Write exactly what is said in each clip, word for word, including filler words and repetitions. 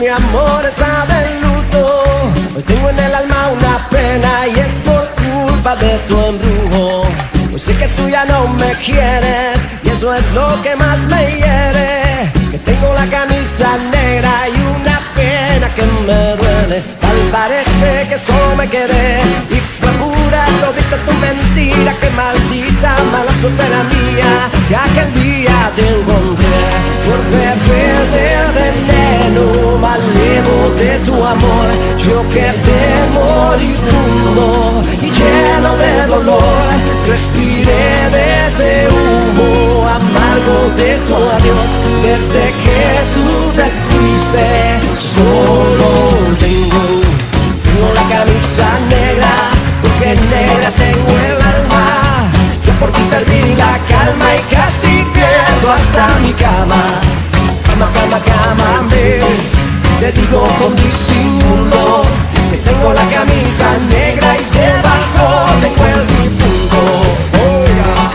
mi amor está de luto. Hoy tengo en el alma una pena y es por culpa de tu embrujo. Hoy sé que tú ya no me quieres y eso es lo que más me hiere. Que tengo la camisa negra y una pena que me duele. Tal parece que solo me quedé y fue pura todita tu mentira. Que maldita mala suerte la mía, que aquel día te encontré por beber de veneno malevo de tu amor. Yo quedé moribundo y lleno de dolor. Respiré de ese humo amargo de tu adiós. Desde que tú te fuiste solo tengo, tengo la camisa negra, porque negra tengo el alma. Yo por ti perdí la calma y casi pierdo hasta mi cama. Cama, cama, cama, baby. Te digo con disimulo que tengo la camisa negra y debajo tengo el difunto. Oh, yeah.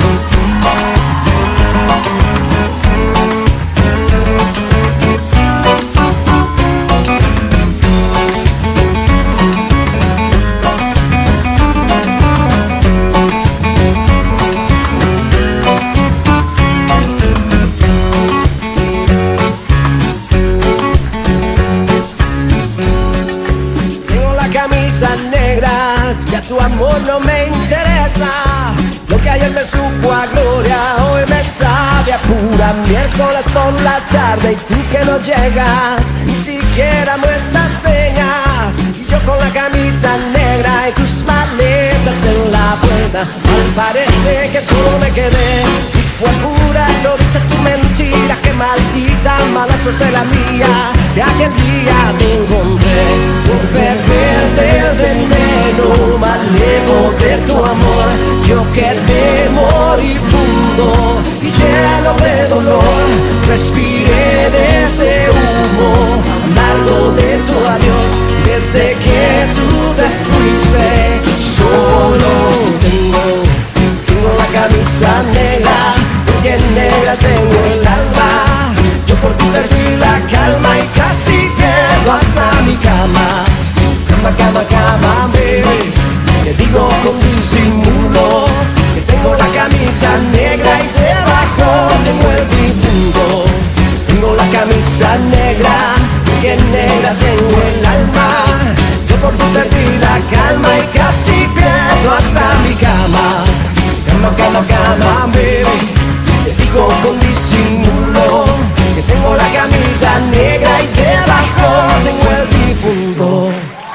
Ya tu amor no me interesa. Lo que ayer me supo a gloria hoy me sabe a pura miércoles por la tarde. Y tú que no llegas, ni siquiera muestras señas. Y yo con la camisa negra y tus maletas en la puerta. Mal parece que solo me quedé y fue pura todita tu mentira. Que maldita mala suerte la mía, que aquel día te encontré por beber del veneno malevo de tu amor. Yo quedé moribundo y lleno de dolor. Respiré de ese humo amargo de tu adiós. Desde que tú te fuiste solo tengo, tengo la camisa negra, porque negra tengo el alma. Yo por ti perdí la calma y casi pierdo hasta mi cama. Cama, cama, cama, baby. Te digo con disimulo que tengo la camisa negra y debajo tengo el difunto. Tengo la camisa negra, que negra tengo el alma. Yo por ti perdí la calma y casi pierdo hasta mi cama. Cama, cama, cama, baby. Te digo con disimulo que tengo la camisa negra y debajo tengo el difunto.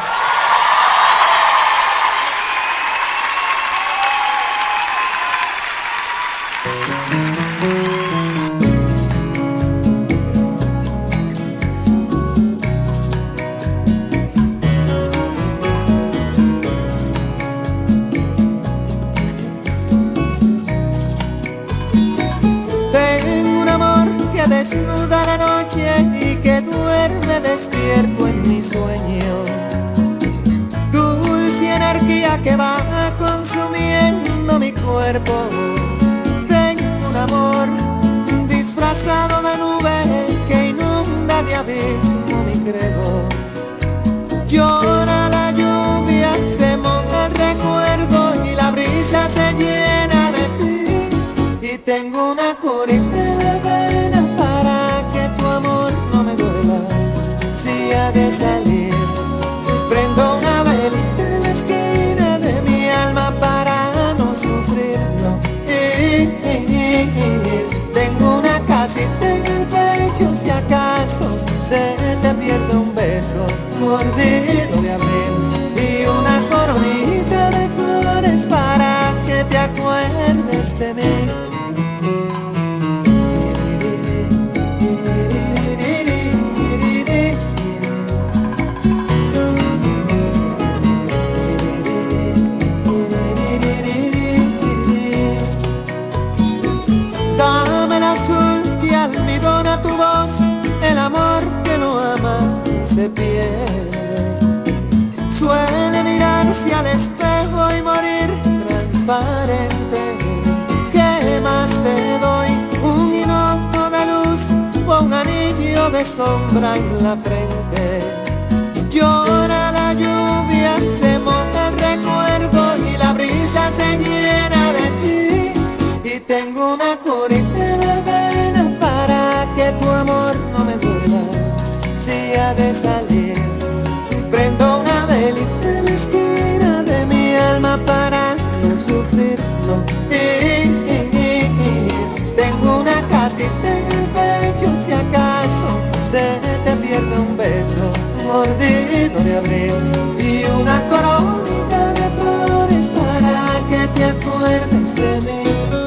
Desnuda la noche y que duerme despierto en mi sueño. Dulce anarquía que va consumiendo mi cuerpo. Tengo un amor disfrazado de nube que inunda de abismo mi credo. Llora la lluvia, se moja el recuerdo y la brisa se llena de ti. Y tengo una curita de pena para que tu amor no me duela. Si ha de salir, prendo una velita en la esquina de mi alma para no sufrirlo. Y, y, y, y, tengo una casita en el pecho si acaso se te pierde un beso mordido de abril. Y una coronita de flores para que te acuerdes de mí. de sombra en la frente. Llora la lluvia, se moja el recuerdo y la brisa se llena de ti. Y tengo una curita de venas para que tu amor no me duela si ha de salir. Prendo una velita en la esquina de mi alma para no sufrir, no. Y, y, y, y. Tengo una casita en el pecho si acaso se te pierde un beso mordido de abril. Y una coronita de flores para que te acuerdes de mí.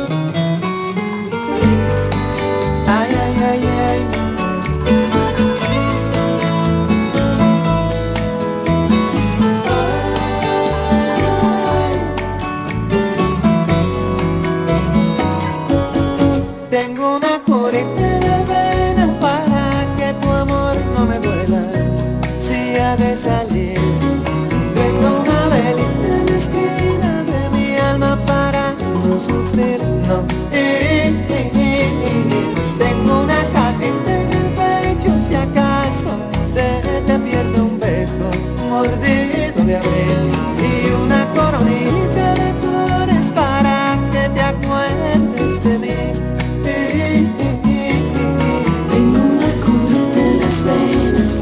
Ay, ay, ay, ay. Tengo una curita de venas para que tu amor no me duela si ha de salir. Tengo una velita en la esquina de mi alma para no sufrir, no. Y, y, y, y. Tengo una casita en el pecho si acaso se te pierde un beso mordido de abril. Y una coronita de flores para que te acuerdes de mí. Tengo una curita en las venas,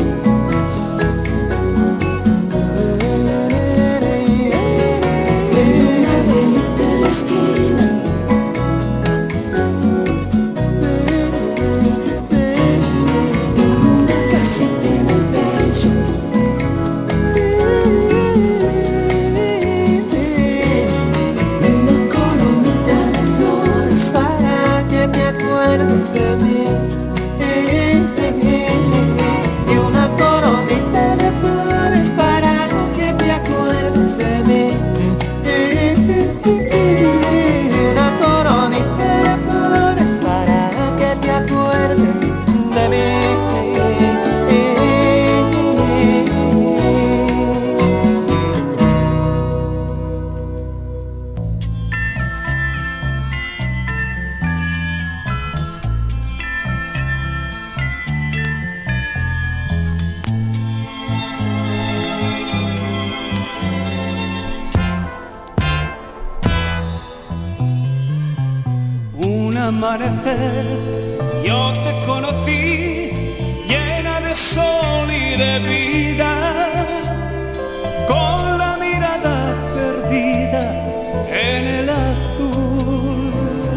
tengo una velita en la esquina, tengo una casita en el pecho, una coronita de flores para que te acuerdes de mí. Y una coronita de flores para que te acuerdes de mí. Y una coronita de flores para que te acuerdes de mí. Un amanecer yo te conocí llena de sol y de vida, con la mirada perdida en el azul,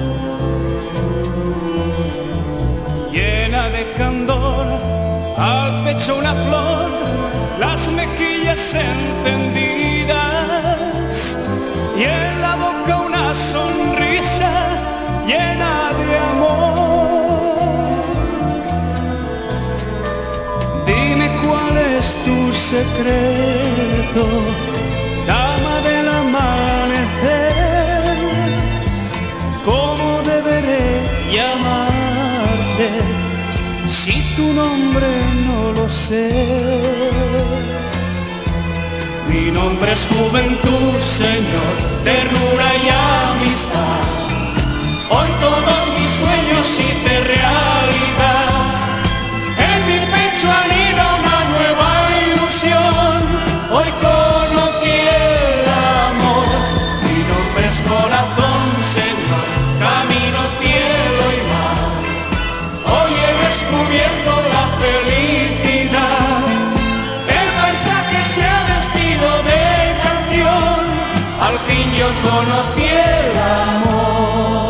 llena de candor, al pecho una flor, las mejillas encendidas y en la boca una sonrisa llena de amor. Dime cuál es tu secreto, dama del amanecer. ¿Cómo deberé llamarte si tu nombre no lo sé? Mi nombre es juventud, Señor, ternura y amistad. Hoy todos mis sueños hice realidad. En mi pecho anida una nueva ilusión. Hoy conocí el amor. Mi nombre es corazón, Señor, camino, cielo y mar. Hoy he descubierto la felicidad. El paisaje se ha vestido de canción. Al fin yo conocí el amor.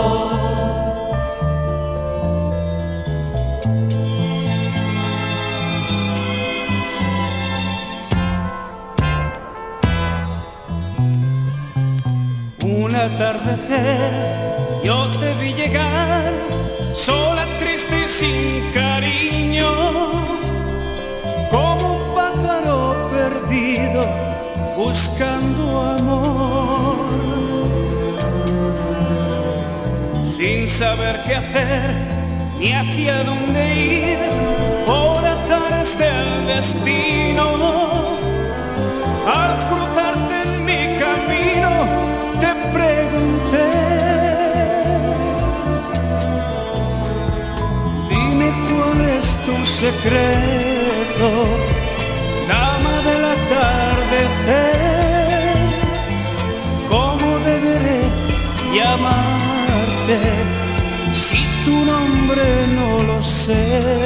Un atardecer yo te vi llegar, sola, triste y sin cariño, como un pájaro perdido buscando amor, sin saber qué hacer ni hacia dónde ir, por azares del destino. Al cruzarte en mi camino te pregunté, dime cuál es tu secreto, dama del atardecer, ¿cómo deberé llamarte si tu nombre no lo sé?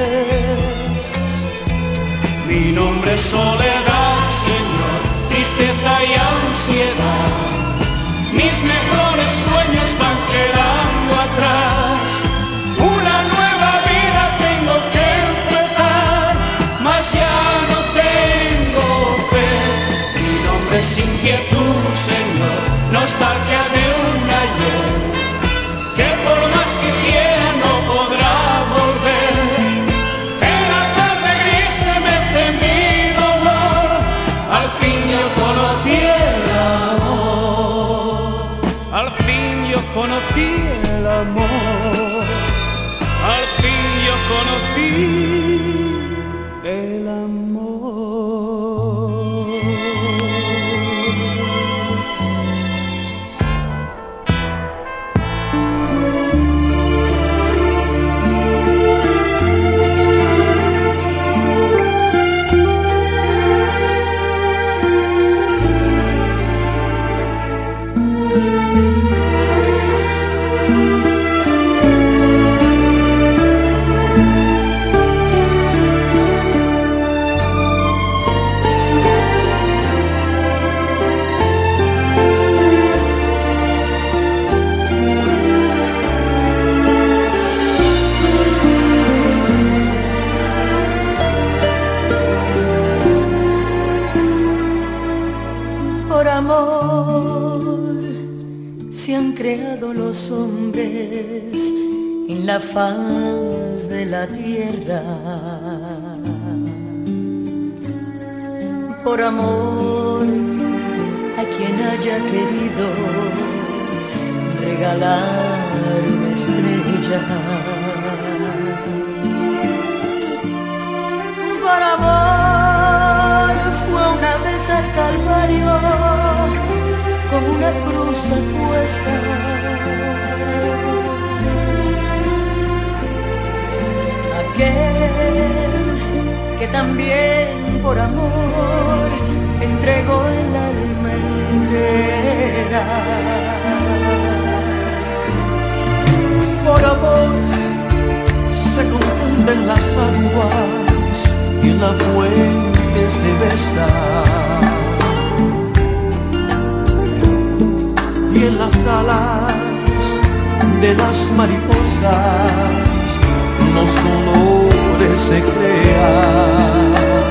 Mi nombre es soledad, Señor, tristeza y ansiedad. Mis mejores sueños van quedando atrás. Una nueva vida tengo que empezar, mas ya no tengo fe. Mi nombre es inquietud, Señor, nostalgia de un ayer, que por más que quiera no podrá volver. En la tarde gris se mece mi dolor, al fin yo conocí el amor. Al fin yo conocí el amor, al fin yo conocí el amor. Por amor se han creado los hombres en la faz de la tierra. Por amor a quien haya querido regalar una estrella. Por amor fue una vez al Calvario con una cruz a cuesta. Aquel que también por amor entregó el alma entera. Por amor se confunden las aguas y en la fuente se besan, y en las alas de las mariposas los colores se crean.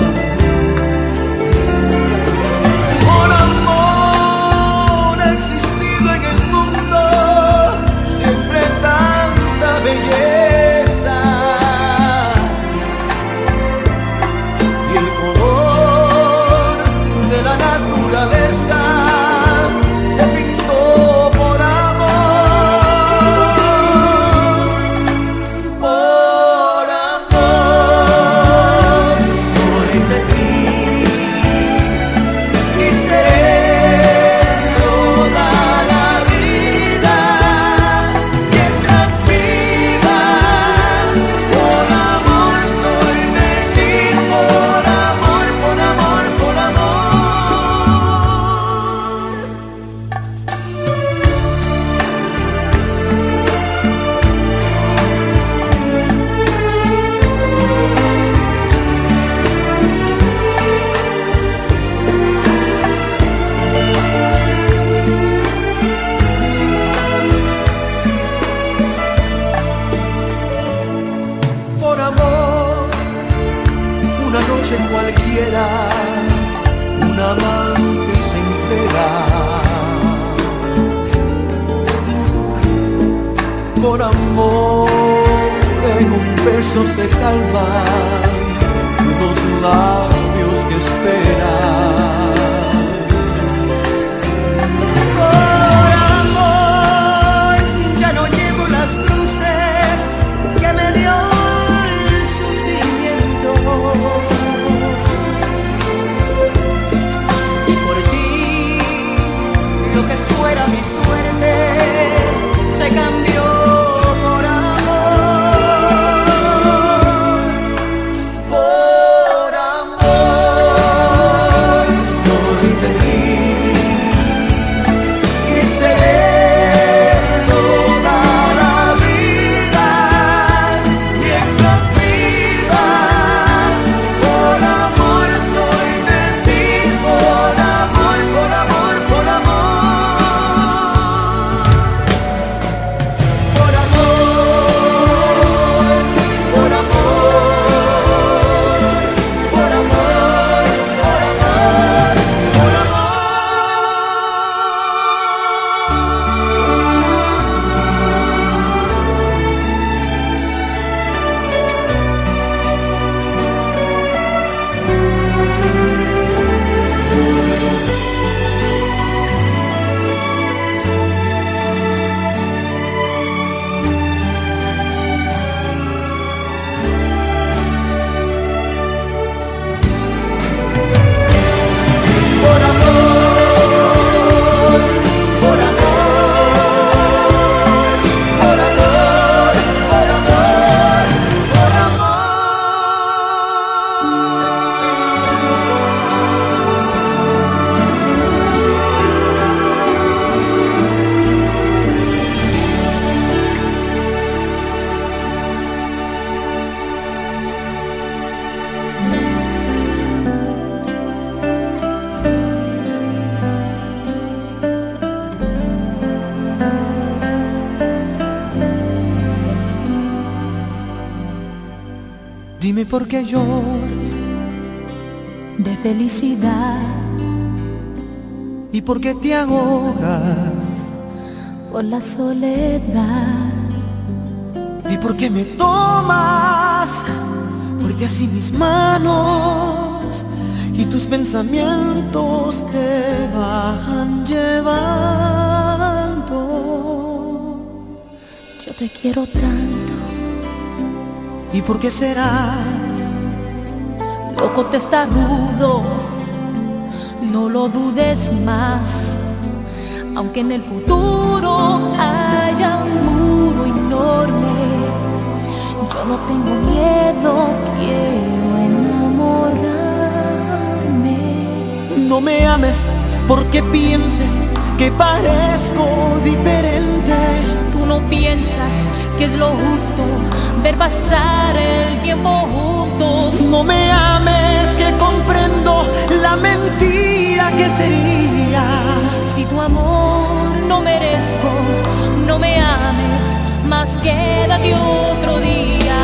Por amor ha existido en el mundo siempre tanta belleza, y el color de la naturaleza se pintó por amor. Por amor soy de ti y seré toda la vida mientras viva. Por amor soy de ti, por amor, por amor, por amor. Por amor, una noche cualquiera, un amante se entrega. Por amor, en un beso se calman los labios que esperan. Por amor ya no llevo las cruces que me dio el sufrimiento. Y por ti lo que fuera mi suerte se cambió por amor. Dime por qué lloras de felicidad y por qué te ahogas por la soledad. Di por qué me tomas fuerte así mis manos y tus pensamientos te van llevando. Yo te quiero tanto. ¿Y por qué será? Loco testarudo, no lo dudes más. Aunque en el futuro haya un muro enorme, yo no tengo miedo, quiero enamorarme. No me ames porque pienses que parezco diferente. Tú no piensas que es lo justo ver pasar el tiempo juntos. No me ames que comprendo la mentira que sería. Si tu amor no merezco, no me ames, más quédate otro día.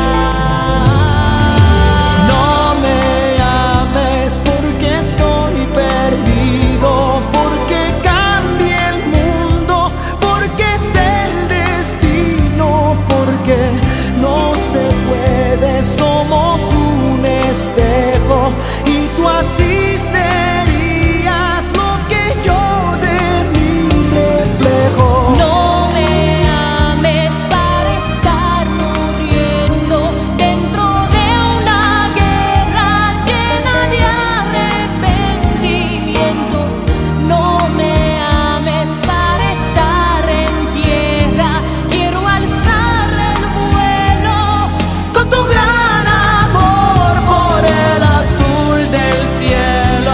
No me ames porque estoy perdido, porque cambia el mundo, porque es el destino, porque no se puede, somos un espejo y tú así serías lo que yo de mi reflejo. No me ames para estar muriendo dentro de una guerra llena de arrepentimientos. No me ames para estar en tierra, quiero alzar el vuelo Con tu gran amor por el azul del cielo.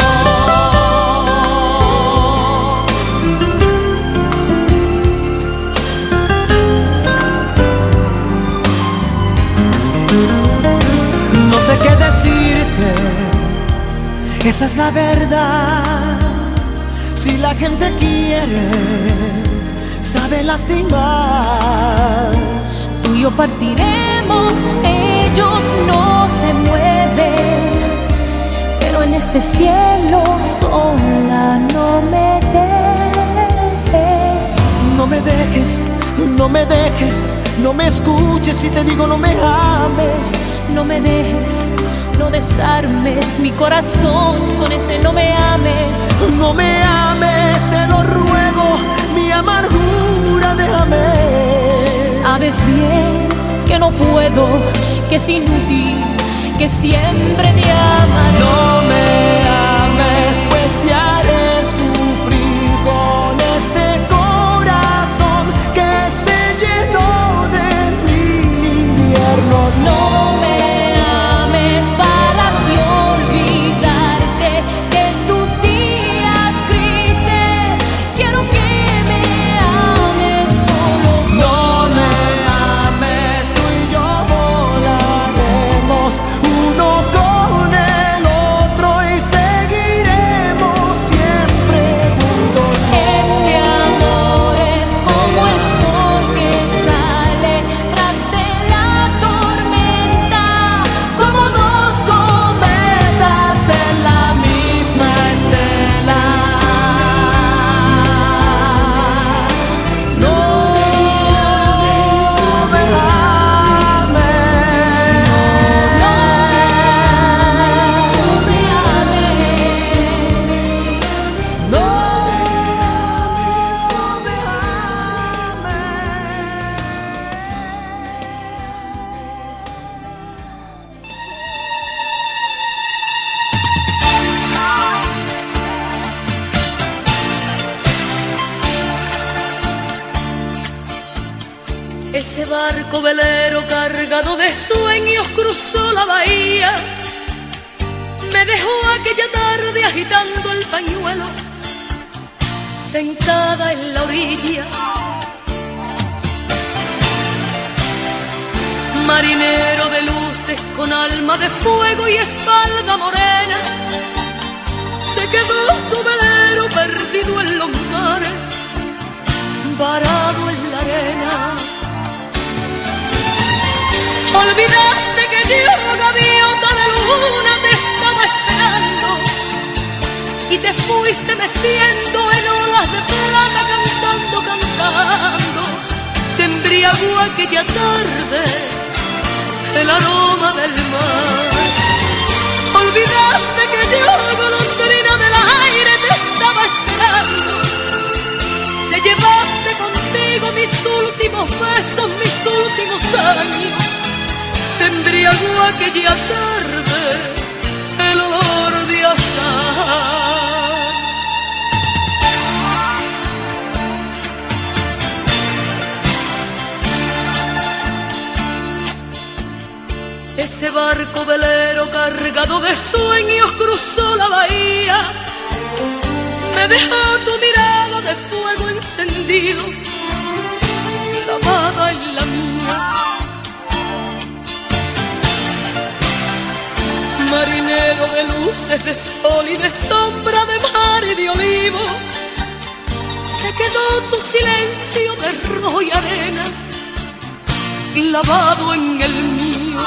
No sé qué decirte, esa es la verdad. Si la gente quiere, sabe lastimar. Tú y yo partiremos, ellos no se mueven, pero en este cielo sola no me dejes. No me dejes, no me dejes, no me escuches si te digo no me ames. No me dejes, no desarmes mi corazón con ese no me ames. No me ames, te lo ruego, mi amargura déjame. Sabes bien que no puedo, que es inútil, que siempre te amaré. No me ames, pues te haré sufrir con este corazón que se llenó de mil inviernos. No me ames para así olvidarte de tus días tristes. Quiero que me ames solo. No me ames, tú y yo volaremos uno con el otro y seguiremos siempre juntos. Este amor es como el sol que sale tras de la tormenta, Como dos cometas en la misma estela. No me ames, no me ames, no me ames, no me Ese barco velero cargado de sueños cruzó la bahía, me dejó aquella tarde agitando el pañuelo, sentada en la orilla. Marinero de luces con alma de fuego y espalda morena, se quedó tu velero perdido en los mares, varado en la arena. Olvidaste que yo luna te estaba esperando y te fuiste metiendo en olas de plata cantando, cantando. Te embriagó aquella tarde el aroma del mar. Olvidaste que yo, golondrina del aire, te estaba esperando. Te llevaste contigo mis últimos besos, mis últimos años. Te embriagó aquella tarde el olor de azahar. Ese barco velero cargado de sueños cruzó la bahía. Me dejó tu mirada de fuego encendido, clavada en la mía. Marinero de luces, de sol y de sombra, de mar y de olivo, se quedó tu silencio de rojo y arena, clavado en el mío.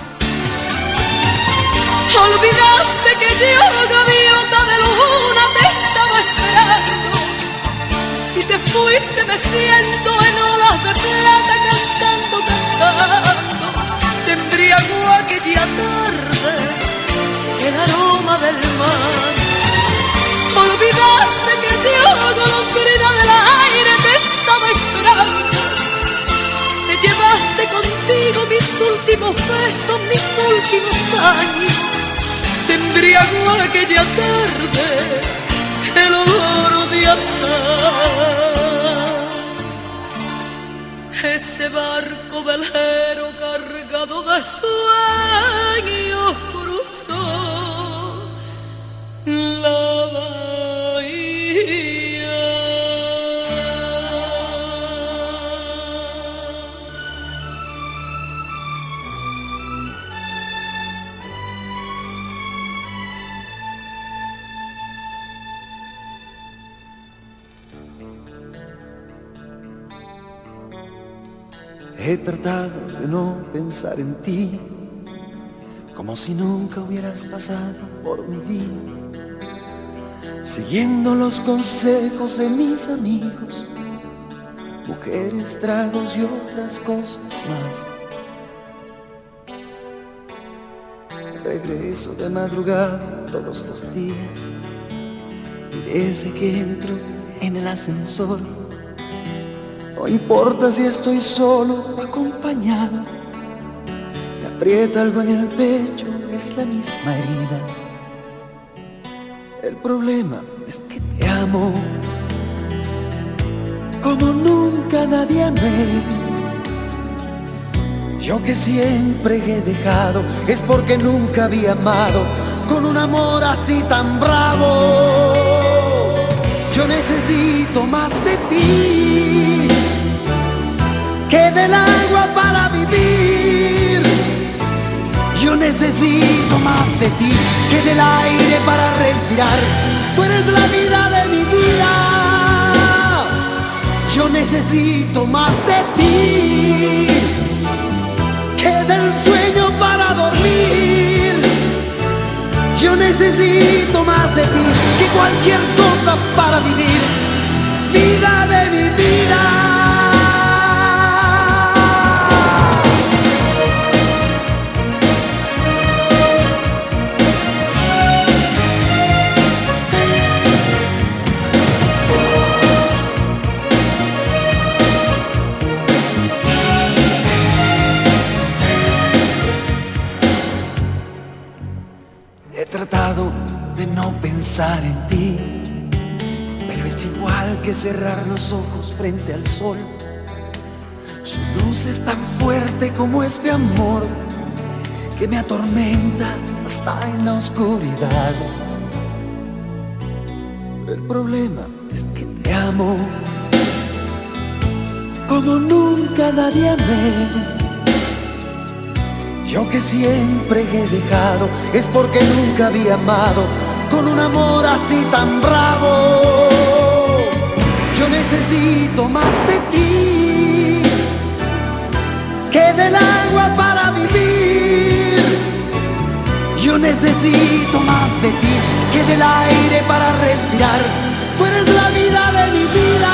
Olvidaste que yo, gaviota de luna, te estaba esperando y te fuiste meciendo en olas de plata cantando, cantando. Te embriagó aquella tarde el aroma del mar. Olvidaste que yo, golondrina del aire, te estaba esperando. Te llevaste contigo mis últimos besos, mis últimos años. Te embriagó aquella tarde el olor de azahar. Ese barco velero cargado de sueños cruzó la bahía. He tratado de no pensar en ti, como si nunca hubieras pasado por mi vida, siguiendo los consejos de mis amigos, mujeres, tragos y otras cosas más. Regreso de madrugada todos los días, y desde que entro en el ascensor, no importa si estoy solo o acompañado, me aprieta algo en el pecho, es la misma herida. El problema es que te amo como nunca nadie amé. Yo que siempre he dejado es porque nunca había amado con un amor así tan bravo. Yo necesito más de ti que del agua para vivir. Yo necesito más de ti que del aire para respirar. Tú eres la vida de mi vida. Yo necesito más de ti que del sueño para dormir. Yo necesito más de ti que cualquier cosa para vivir. Vida de mi vida. He tratado de no pensar en ti, pero es igual que cerrar los ojos frente al sol. Su luz es tan fuerte como este amor que me atormenta hasta en la oscuridad. El problema es que te amo como nunca nadie amé. Yo que siempre he dejado es porque nunca había amado con un amor así tan bravo. Yo necesito más de ti que del agua para vivir. Yo necesito más de ti que del aire para respirar. Tú eres la vida de mi vida.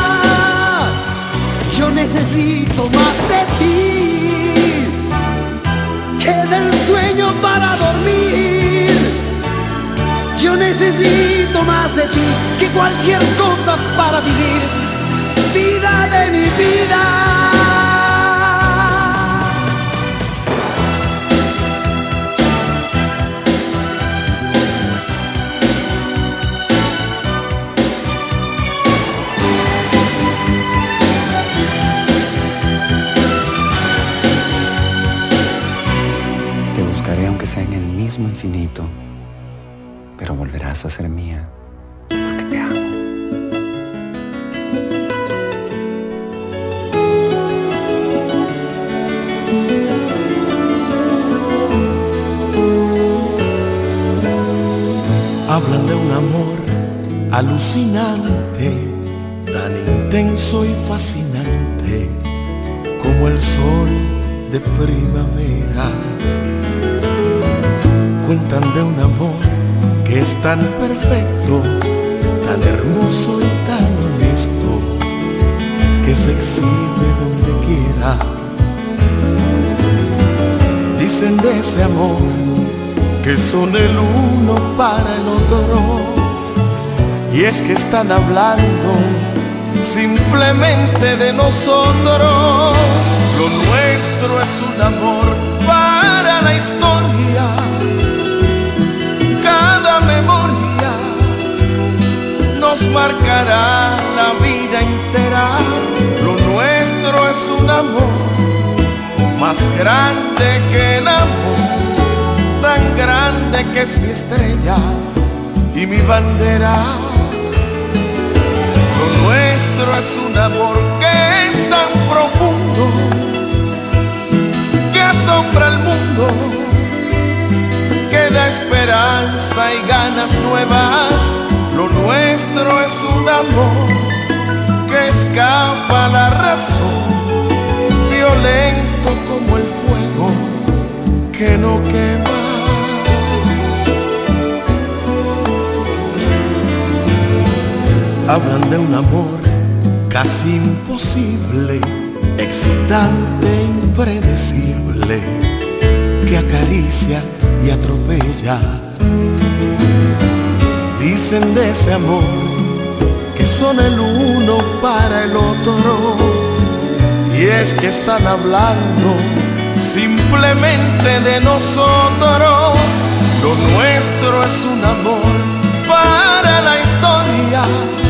Yo necesito más de ti que del sueño para dormir. Yo necesito más de ti que cualquier cosa para vivir. Vida de mi vida. Te buscaré aunque sea en el mismo infinito, pero volverás a ser mía, porque te amo. Hablan de un amor alucinante, tan intenso y fascinante como el sol de primavera. Cuentan de un amor que es tan perfecto, tan hermoso y tan honesto, que se exhibe donde quiera. Dicen de ese amor que son el uno para el otro, y es que están hablando simplemente de nosotros. Lo nuestro es un amor para la historia. Cada memoria nos marcará la vida entera. Lo nuestro es un amor más grande que el amor, tan grande que es mi estrella y mi bandera. Lo nuestro es un amor que es tan profundo, que asombra al mundo, que da esperanza y ganas nuevas. Lo nuestro es un amor que escapa a la razón, violento como el fuego que no quema. Hablan de un amor casi imposible, excitante, impredecible, que acaricia y atropella. Dicen de ese amor que son el uno para el otro, y es que están hablando simplemente de nosotros. Lo nuestro es un amor para la historia.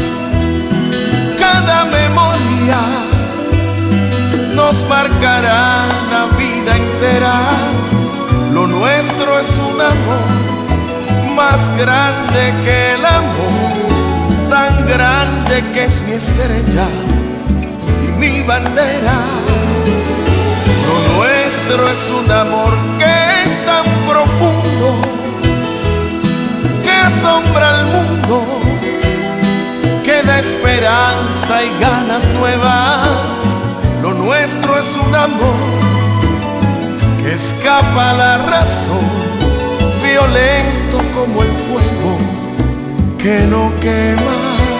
Cada memoria nos marcará la vida entera. Lo nuestro es un amor más grande que el amor, tan grande que es mi estrella y mi bandera. Lo nuestro es un amor que es tan profundo, que asombra al mundo, que da esperanza y ganas nuevas. Lo nuestro es un amor que escapa a la razón, violento como el fuego que no quema.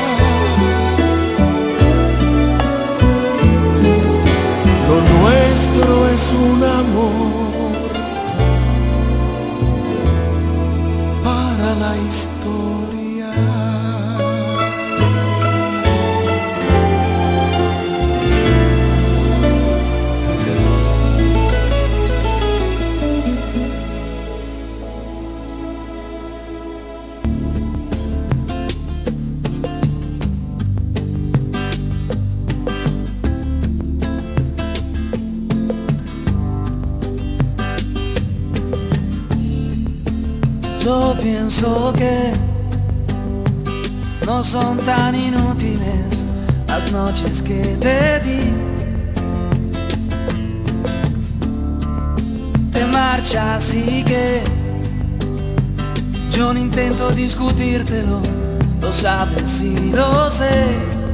Lo nuestro es un amor para la historia. Yo pienso que no son tan inútiles las noches que te di. Te marchas y que yo no intento discutírtelo, lo sabes y lo sé.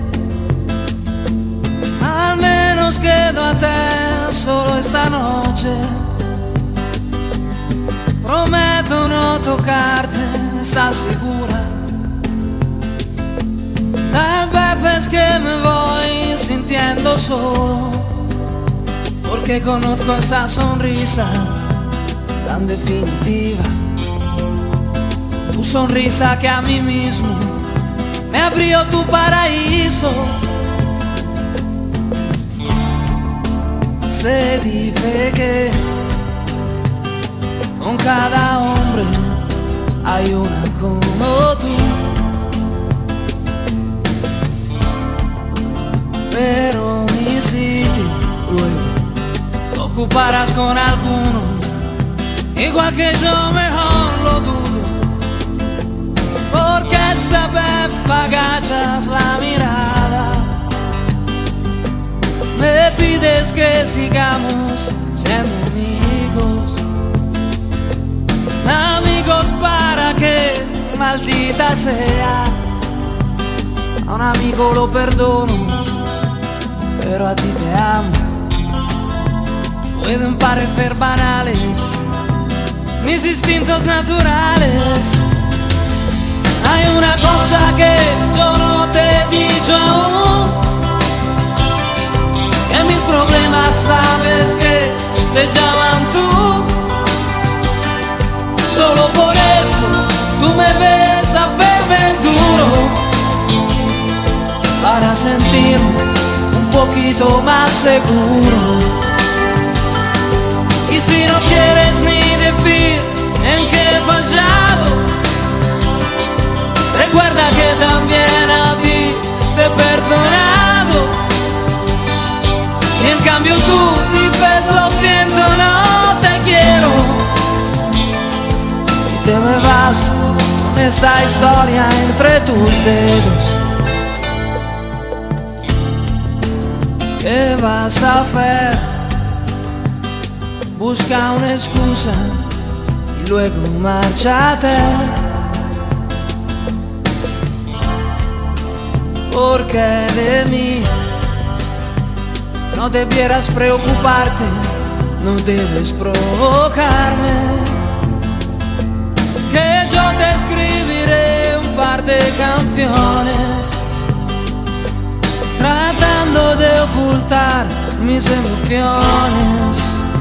Al menos quedo a te solo esta noche. Prometo tocarte, ¿estás segura? Hay veces que me voy sintiendo solo, porque conozco esa sonrisa tan definitiva. Tu sonrisa que a mí mismo me abrió tu paraíso. Se dice que con cada hombre hay una como tú, pero ni sitio luego lo ocuparás con alguno, igual que yo, mejor lo dudo, porque esta vez agachas la mirada, me pides que sigamos siendo amigos, amigos para que, maldita sea, a un amigo lo perdono, pero a ti te amo. Pueden parecer banales mis instintos naturales. Hay una cosa que yo no te he dicho aún, que mis problemas sabes que se llaman tú. Solo por eso tú me ves a verme duro, para sentirme un poquito más seguro. Y si no quieres ni decir en qué he fallado, recuerda que también a ti te he perdonado. Y en cambio tú dices lo siento, no te quiero, y te me vas con esta historia entre tus dedos. ¿Qué vas a hacer? Busca una excusa y luego márchate, porque de mí no debieras preocuparte, no debes provocarme, que yo te escribiré un par de canciones tratando de ocultar mis emociones,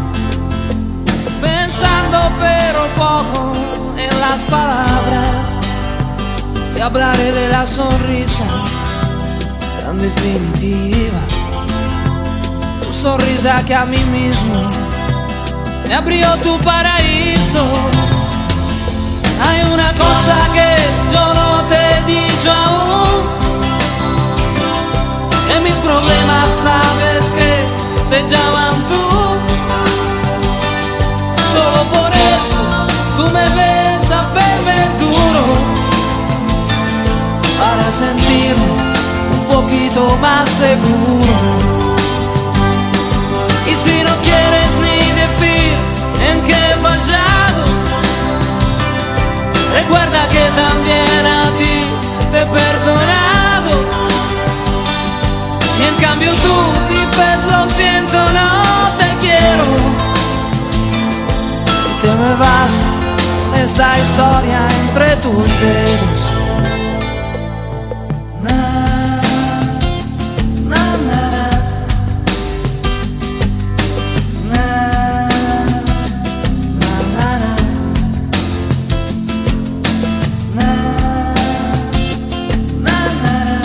pensando pero poco en las palabras, y hablaré de la sonrisa tan definitiva, tu sonrisa que a mí mismo me abrió tu paraíso. Hay una cosa que yo no te he dicho aún, que mis problemas sabes que se llaman tú. Solo por eso tú me ves a verme duro, para sentirme un poquito más seguro. Y si no quieres ni decir en qué he fallado, recuerda que también a ti te he perdonado. Y en cambio tú dices lo siento, no te quiero, te me vas con esta historia entre tus dedos. Na, na, na, na, na, na, na, na, na,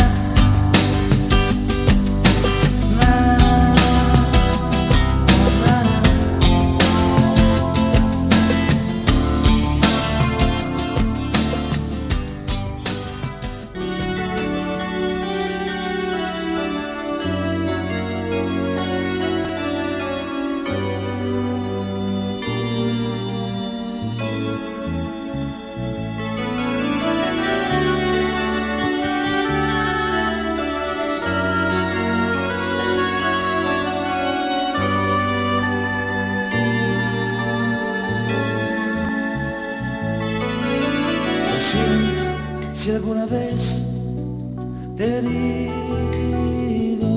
si alguna vez te he herido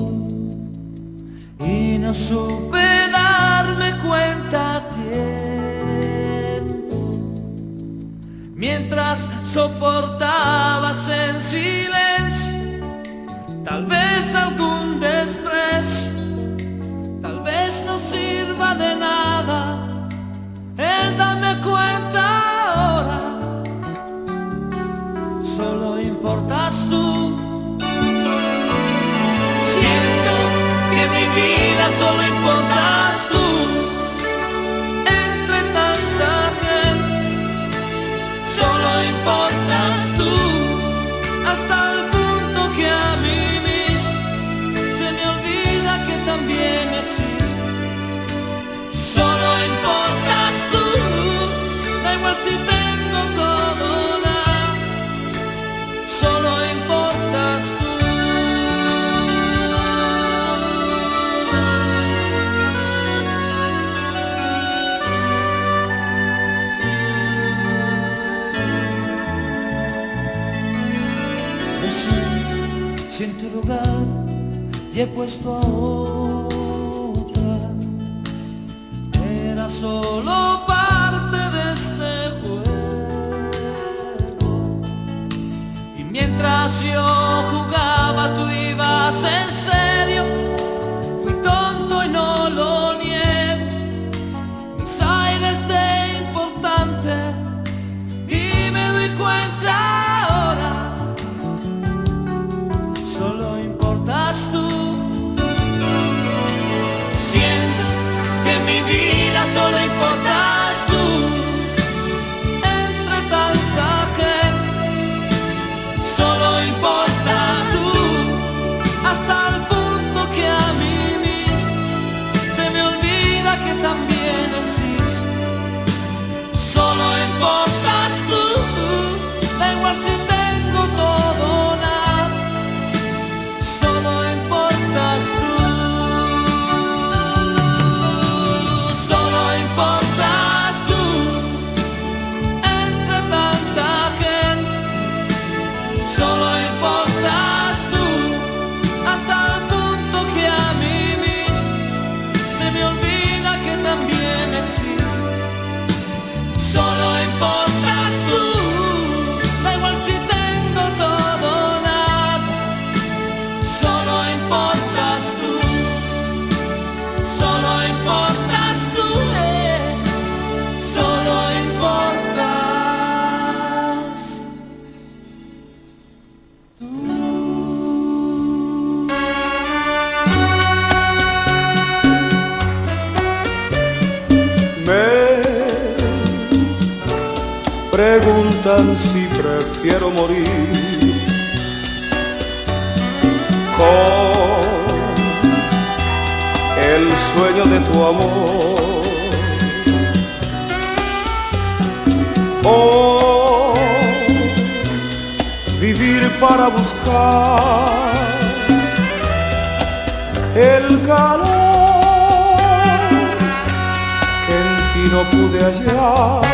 y no supe darme cuenta a tiempo, importa de nada el darme cuenta ahora. Solo importas tú. Siento que mi vida solo importas tú. Entre tanta gente, solo importas tú. Hasta el punto que a mí mismo se me olvida que también existo. Solo importas tú. Da igual si tengo todo o nada. Solo importas tú. No sé si en tu lugar ya he puesto a otra. Era solo parte de este juego. Y mientras yo jugaba tú ibas en serio. Fui tonto y no lo niego. Mis aires de importante. Y me doy cuenta ahora. Solo importas tú. Siento que en mi vida solo importas tú. Entre tanta gente, solo importas tú. Hasta el punto que a mí mismo se me olvida que también existo. Solo importas tú. Da igual si tengo todo o nada. Solo importas tú. Solo importas tú. Entre tanta gente, solo importas tú. Hasta el punto que a mí mismo se me olvida que también existo. Solo importas tú. Da igual si tengo todo o nada. Solo importas tú. Solo importas tú. eh. Solo importas Me preguntan si prefiero morir con el sueño de tu amor o vivir para buscar el calor que en ti no pude hallar.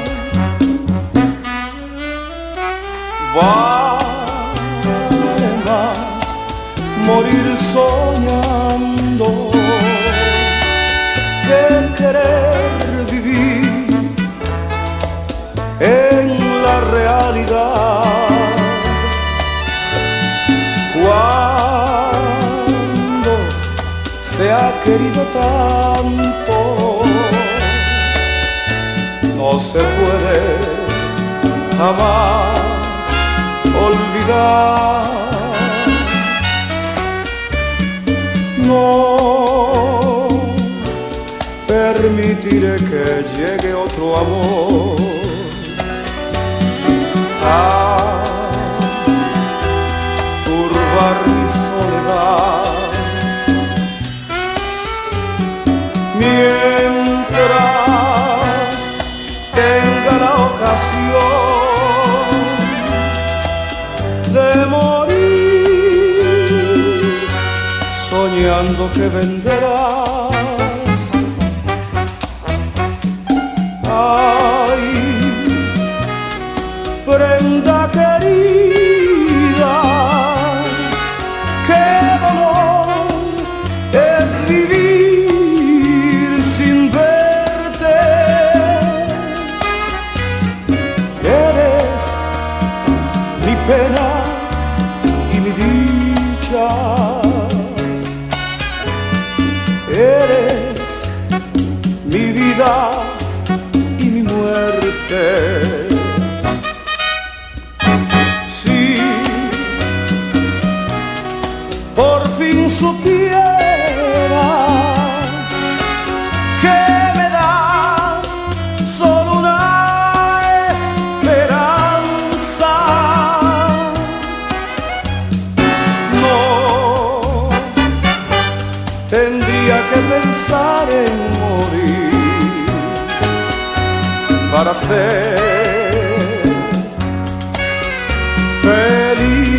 Vale más morir soñando que querer vivir en la realidad. Cuando se ha querido tanto, no se puede jamás olvidar. No permitiré que llegue otro amor a turbar mi soledad. Mientras tenga la ocasión de morir, soñando que vendrás. Ay, prenda querida, qué dolor es vivir sin verte. Eres mi pena y mi dicha. vida y mi muerte. Si por fin supiera que me da solo una esperanza, no tendría que pensar en morir para ser feliz.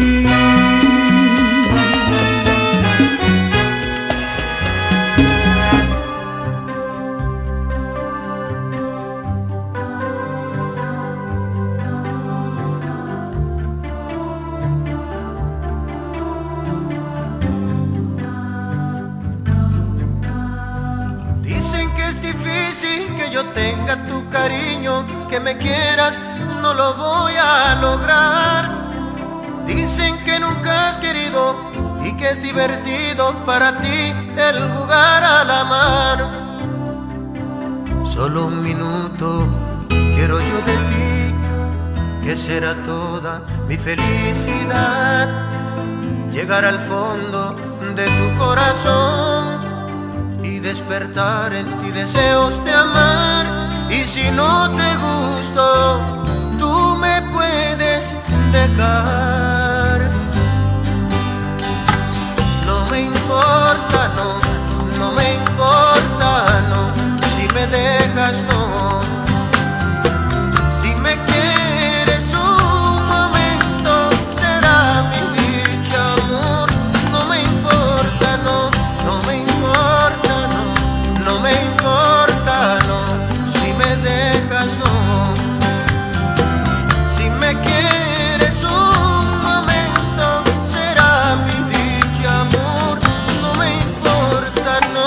Dicen que es difícil que yo tenga tu cariño, que me quieras, no lo voy a lograr. Dicen que nunca has querido y que es divertido para ti el jugar a la mano. Solo un minuto quiero yo de ti, que será toda mi felicidad. Llegar al fondo de tu corazón y despertar en ti deseos de amar. Y si no te gusto, tú me puedes dejar. No me importa, no, no me importa, no. Si me dejas, no. Si me quieres un momento, será mi dicha, amor. No me importa, no, no me importa, no. No me importa, no. Si me dejas, no. Si me quieres un momento, será mi dicha, amor. No me importa, no.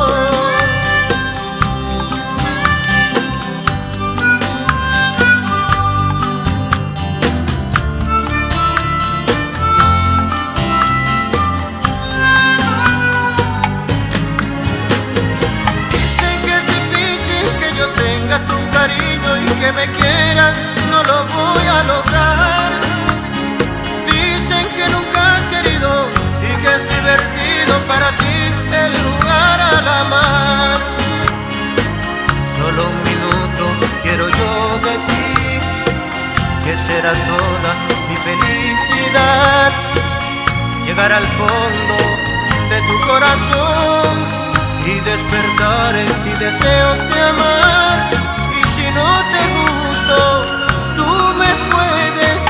Dicen que es difícil que yo tenga tu cariño y que me quieras, no lo voy a lograr. Dicen que nunca has querido y que es divertido para ti el jugar a la mar. Solo un minuto quiero yo de ti, que será toda mi felicidad. Llegar al fondo de tu corazón y despertar en ti deseos de amar. Y si no te gusto, tú me puedes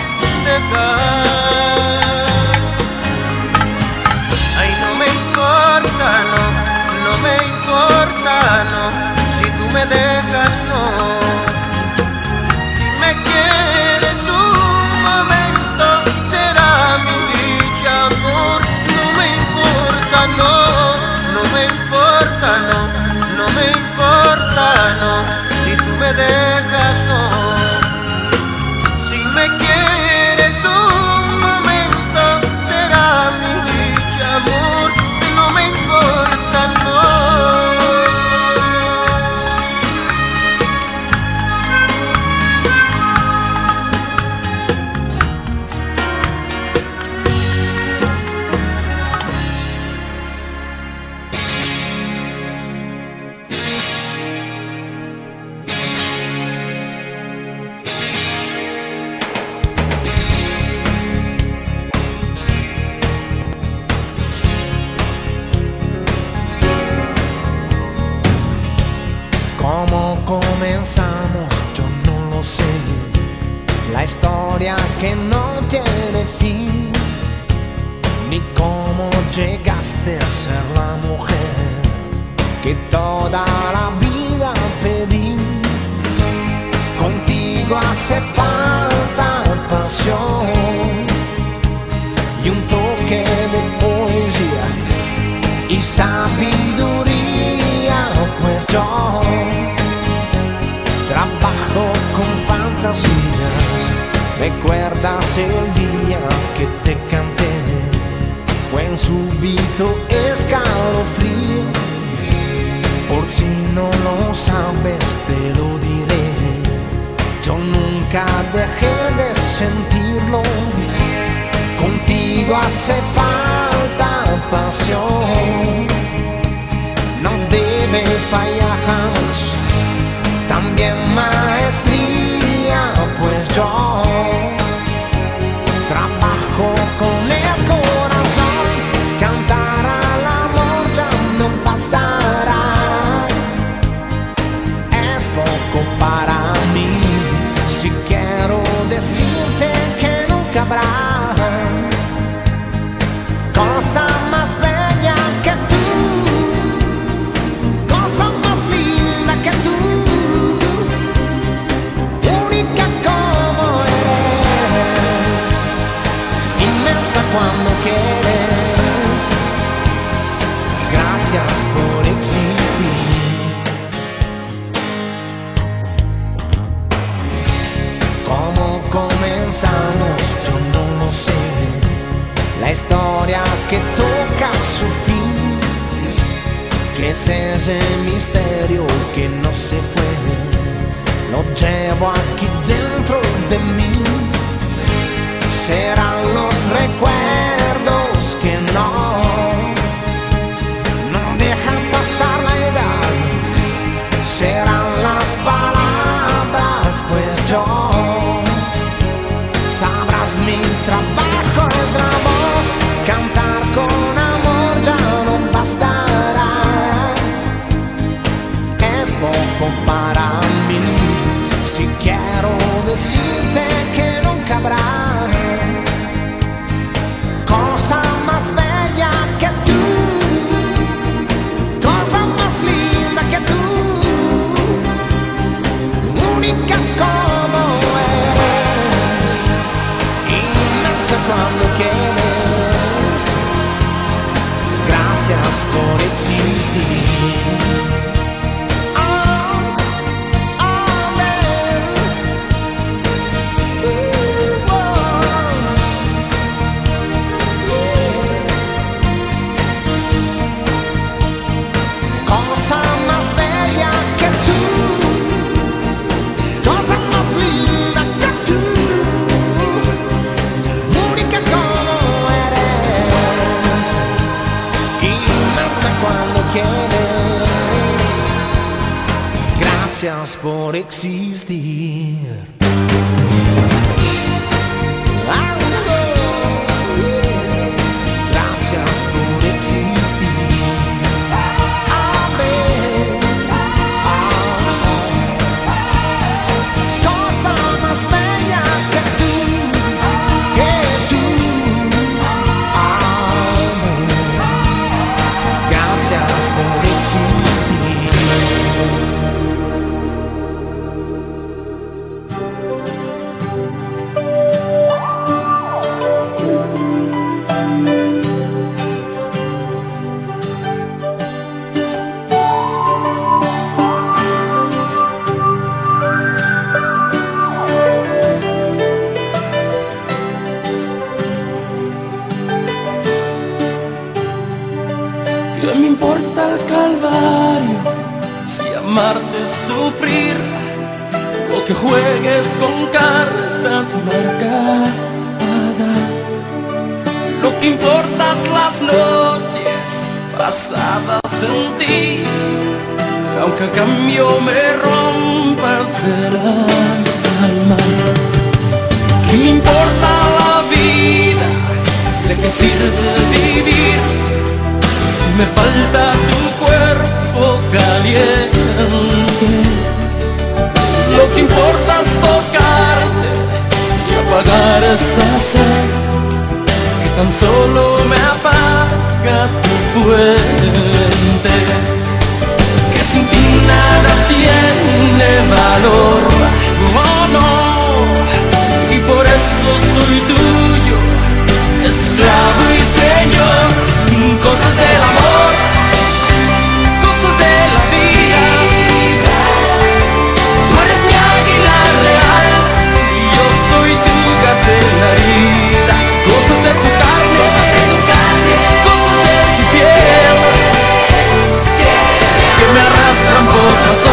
dejar. Ay, no me importa, no, no me importa, no. Si tú me dejas, no. Si me quieres un momento, será mi dicha, amor. No me importa, no, no me importa, no, no me importa, no. Si tú me dejas, no. Si me quieres un momento, será mi dicha, amor. No me importa, no. ¿Cómo comenzamos? Yo no lo sé. La historia que no tiene fin, ni cómo llegaste a ser la mujer que toda la vida pedí. Contigo hace falta pasión y un toque de poesía y sabiduría, pues yo trabajo con fantasías. ¿Recuerdas el día que te canté? Fue un súbito escalofrío, por si no lo sabes. sentirlo. Contigo hace falta pasión, no debe fallar jamás. También maestría, pues yo trabajo con el corazón. Cantar al amor ya no bastará, es poco para mí. Si quiero decirte que nunca habrá cosa más bella que tú, cosa más linda que tú, única como eres, inmensa cuando quieres. Gracias por existir. ¿Cómo comenzamos? Yo no lo sé. La historia que toca su fin, que es ese misterio que no se fue, lo llevo aquí dentro de mí. Serán los recuerdos que no, no dejan pasar la edad. Serán las palabras, pues yo, sabrás mi trabajo es la voz. Cantar con amor ya no bastará, es poco para mí. Si quiero decirte que nunca habrá cosa más bella que tú, cosa más linda que tú, única como eres, inmensa cuando quieres. Gracias por existir. Gracias por existir. Gracias por existir. Amén. Cosa más bella que tú, que tú. Amén. Gracias por existir. ¿Qué me importa el calvario si amarte es sufrir? O que juegues con cartas marcadas. Lo que importa es las noches pasadas en ti, y aunque a cambio me rompas el alma. ¿Qué me importa la vida? ¿De qué sirve vivir si me falta tu cuerpo caliente? Lo que importa es tocarte y apagar esta sed que tan solo me apaga tu fuente. Que sin ti nada tiene valor, oh no, y por eso soy tuyo, esclavo y señor. Cosas del amor, cosas de la vida. Tú eres mi águila real y yo soy tu gacela herida. Cosas de tu carne, cosas de tu carne, cosas de tu piel, que me arrastran por las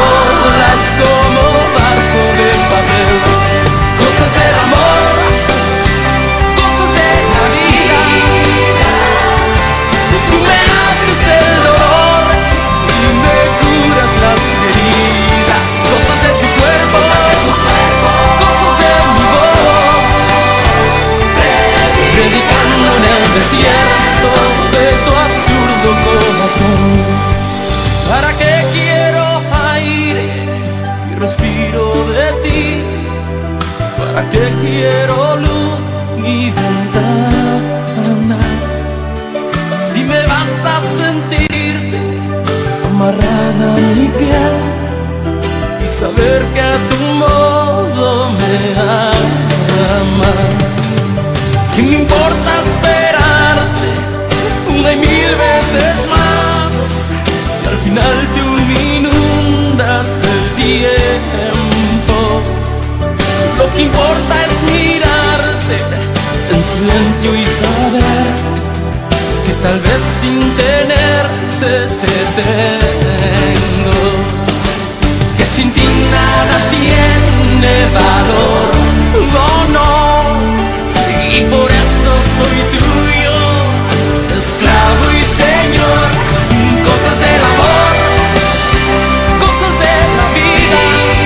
silencio y saber que tal vez sin tenerte te tengo, que sin ti nada tiene valor, oh no, y por eso soy tuyo, esclavo y señor, cosas del amor, cosas de la vida,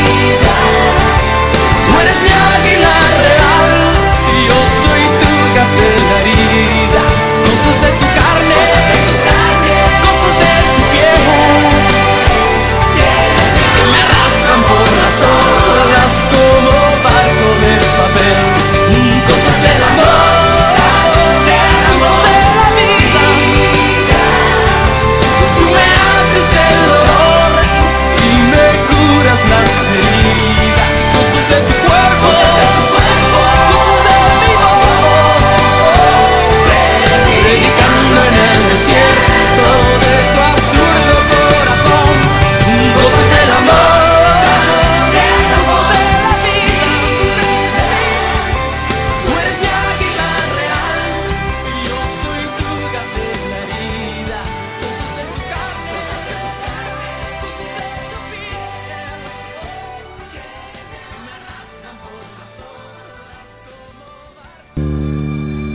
tú eres mi águila real, y yo soy tu gato en la herida, cosas de tu carne, cosas de tu carne, cosas de tu piel, que me arrastran por las olas como barco de papel, cosas del amor, cosas de la vida, tú me haces el dolor y me curas las heridas, cosas de tu cuerpo, cosas de tu cuerpo, cosas de mi voz, predicando en el desierto de tu absurdo corazón, cosas del amor, cosas de la vida, tú eres mi águila real y yo soy tu gato en la herida, cosas de tu carne, cosas de tu carne, cosas de tu piel, que me arrastran por las olas como barco.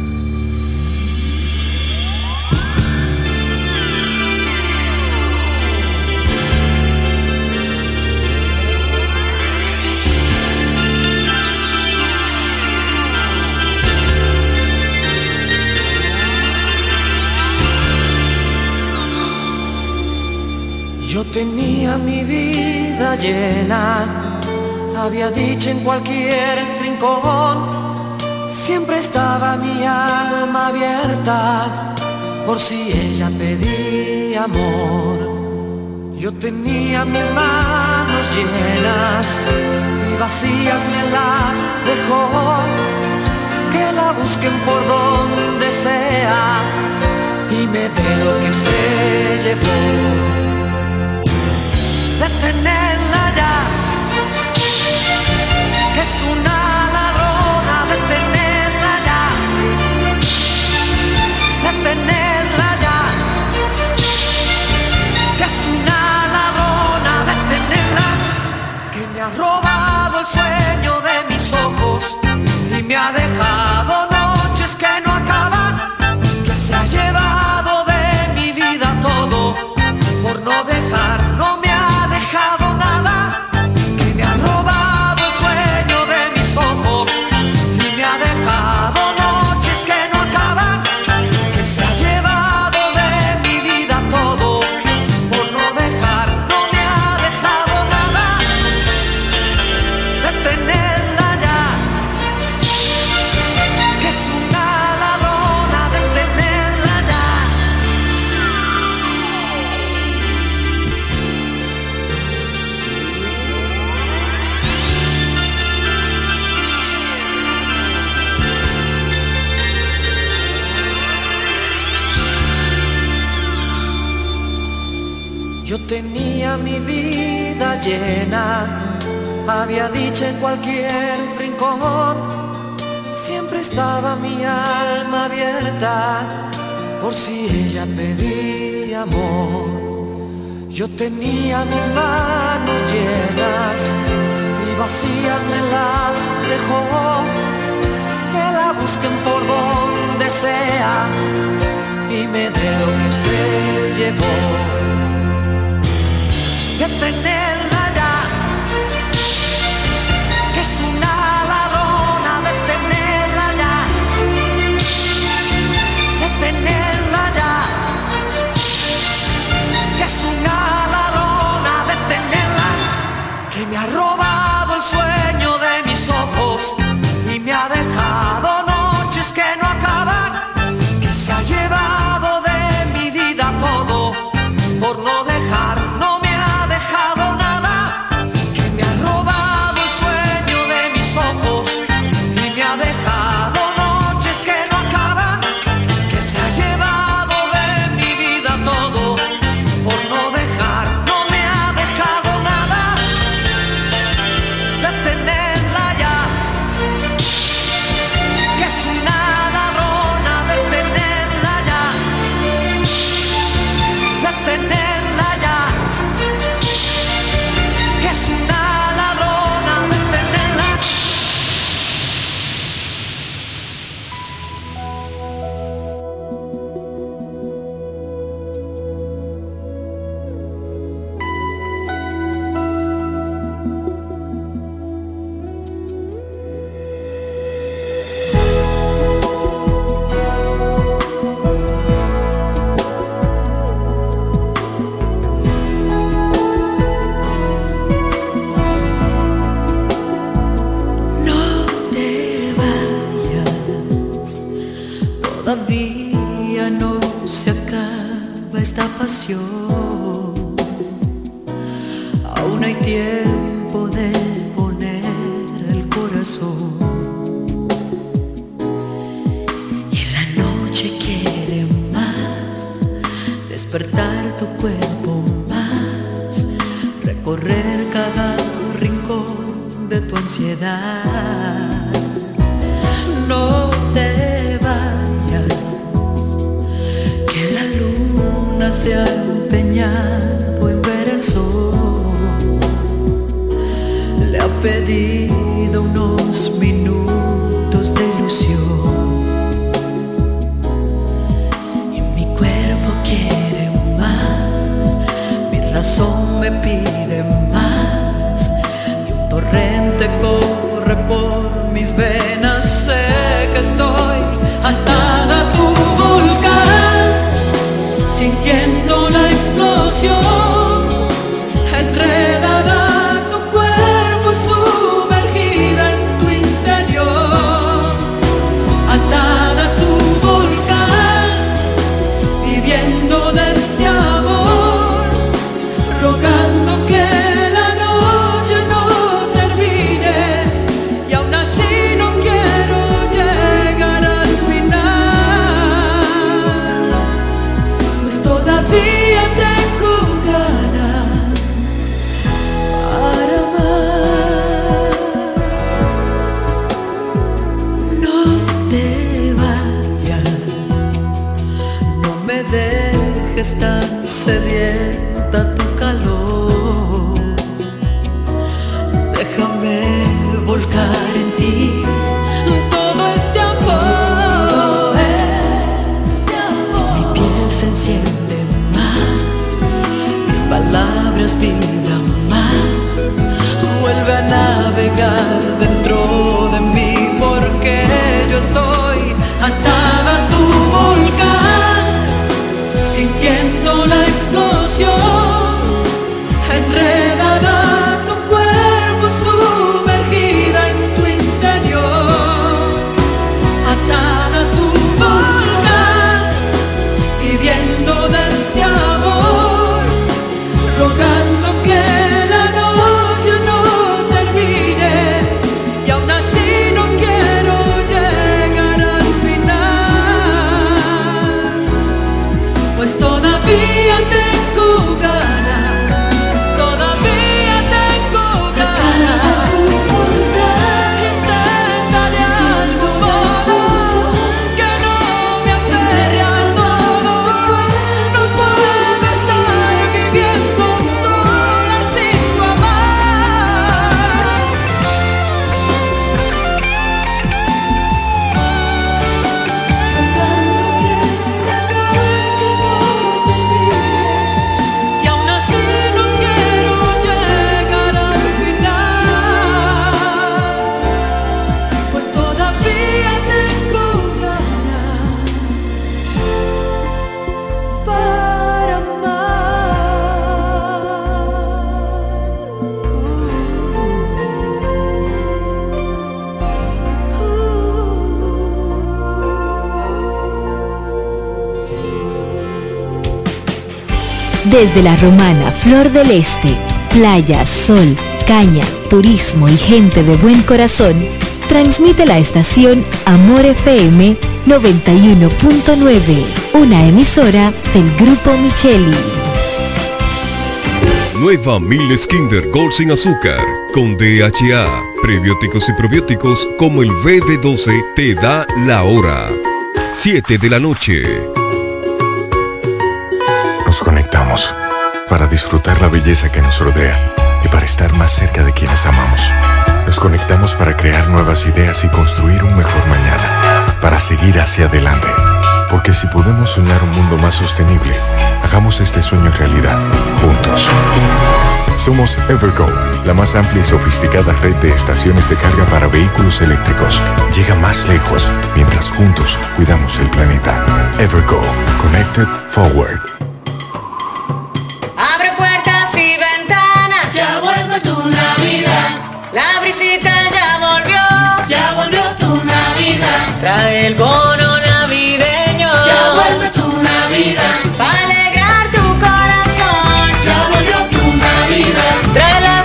Yo tenía mi vida llena, había dicho en cualquier rincón, siempre estaba mi alma abierta, por si ella pedía amor. Yo tenía mis manos llenas y vacías me las dejó, que la busquen por donde sea y me dé lo que se llevó. Detenerla ya, que es una ladrona, detenerla ya, detenerla ya, que es una ladrona, detenerla, que me ha robado el sueño de mis ojos y me ha dejado noches que no acaban, que se ha llevado de mi vida todo por no dejar, no me ha dejado nada, que me ha robado el sueño de mis ojos y me ha dejado noches que no acaban, que se ha llevado de mi vida todo por no dejar, no me ha dejado nada, detenerla ya, que es una ladrona, detenerla ya. Yo tenía mi vida llena, había dicho en cualquier rincón, siempre estaba mi alma abierta, por si ella pedía amor. Yo tenía mis manos llenas y vacías me las dejó, que la busquen por donde sea y me dé lo que se llevó. Detenerla ya, que es una ladrona, detenerla ya, detenerla ya, que es una ladrona, detenerla, que me ha robado el sueño de mis ojos y me ha dejado noches que no acaban, que se ha llevado de mi vida todo por no dejar, no me ha dejado nada, que me ha robado el sueño de mis ojos y me ha dejado noches que no acaban, que se ha llevado de mi vida todo por no dejar, no me ha dejado nada, Aún hay tiempo de poner el corazón. Y la noche quiere más, despertar tu cuerpo más, recorrer cada rincón de tu ansiedad. No te vayas, que la luna se ha empeñado en ver el sol. Le ha pedido unos minutos de ilusión. Y mi cuerpo quiere más, mi razón me pide más. Y un torrente corre por mis venas. Sé que estoy atada a tu volcán, sintiendo la explosión, enredada tu cuerpo, sumergida en tu interior. Atada a tu volcán, viviendo de este amor, rogando que la noche no termine. Y aún así no quiero llegar al final, pues todavía tengo ganas para amar. No te vayas, no me dejes tan sedienta tu calor. Déjame volcar en ti todo este amor. Mi piel se enciende más, mis palabras vibran más. Vuelve a navegar dentro de mí, porque yo estoy atada a tu volcán, sintiendo la explosión, enredada tu cuerpo, sumergida en tu interior. Atada a tu volcán, viviendo de este amor, rogando que la noche no termine. Y aún así no quiero llegar al final, pues todavía tengo ganas, todavía tengo ganas. Intentaré algún modo que no me aferre a todo. No puedo estar viviendo sola sin tu amar. Y aún así no quiero llegar al final, pues todavía tengo ganas para Desde la romana Flor del Este, playa, sol, caña, turismo y gente de buen corazón, transmite la estación Amor F M noventa y uno punto nueve, una emisora del Grupo Micheli. Nueva Miles Kinder Gold sin azúcar, con D H A, prebióticos y probióticos como el B D doce, te da la hora. siete de la noche. Nos conectamos para disfrutar la belleza que nos rodea y para estar más cerca de quienes amamos. Nos conectamos para crear nuevas ideas y construir un mejor mañana, para seguir hacia adelante. Porque si podemos soñar un mundo más sostenible, hagamos este sueño realidad, juntos. Somos Evergo, la más amplia y sofisticada red de estaciones de carga para vehículos eléctricos. Llega más lejos, mientras juntos cuidamos el planeta. Evergo, Connected Forward. Abre puertas y ventanas, ya vuelve tu Navidad. La brisita ya volvió, ya volvió tu Navidad. Trae el bono navideño, ya vuelve tu Navidad. Para alegrar tu corazón, ya volvió tu Navidad. Trae la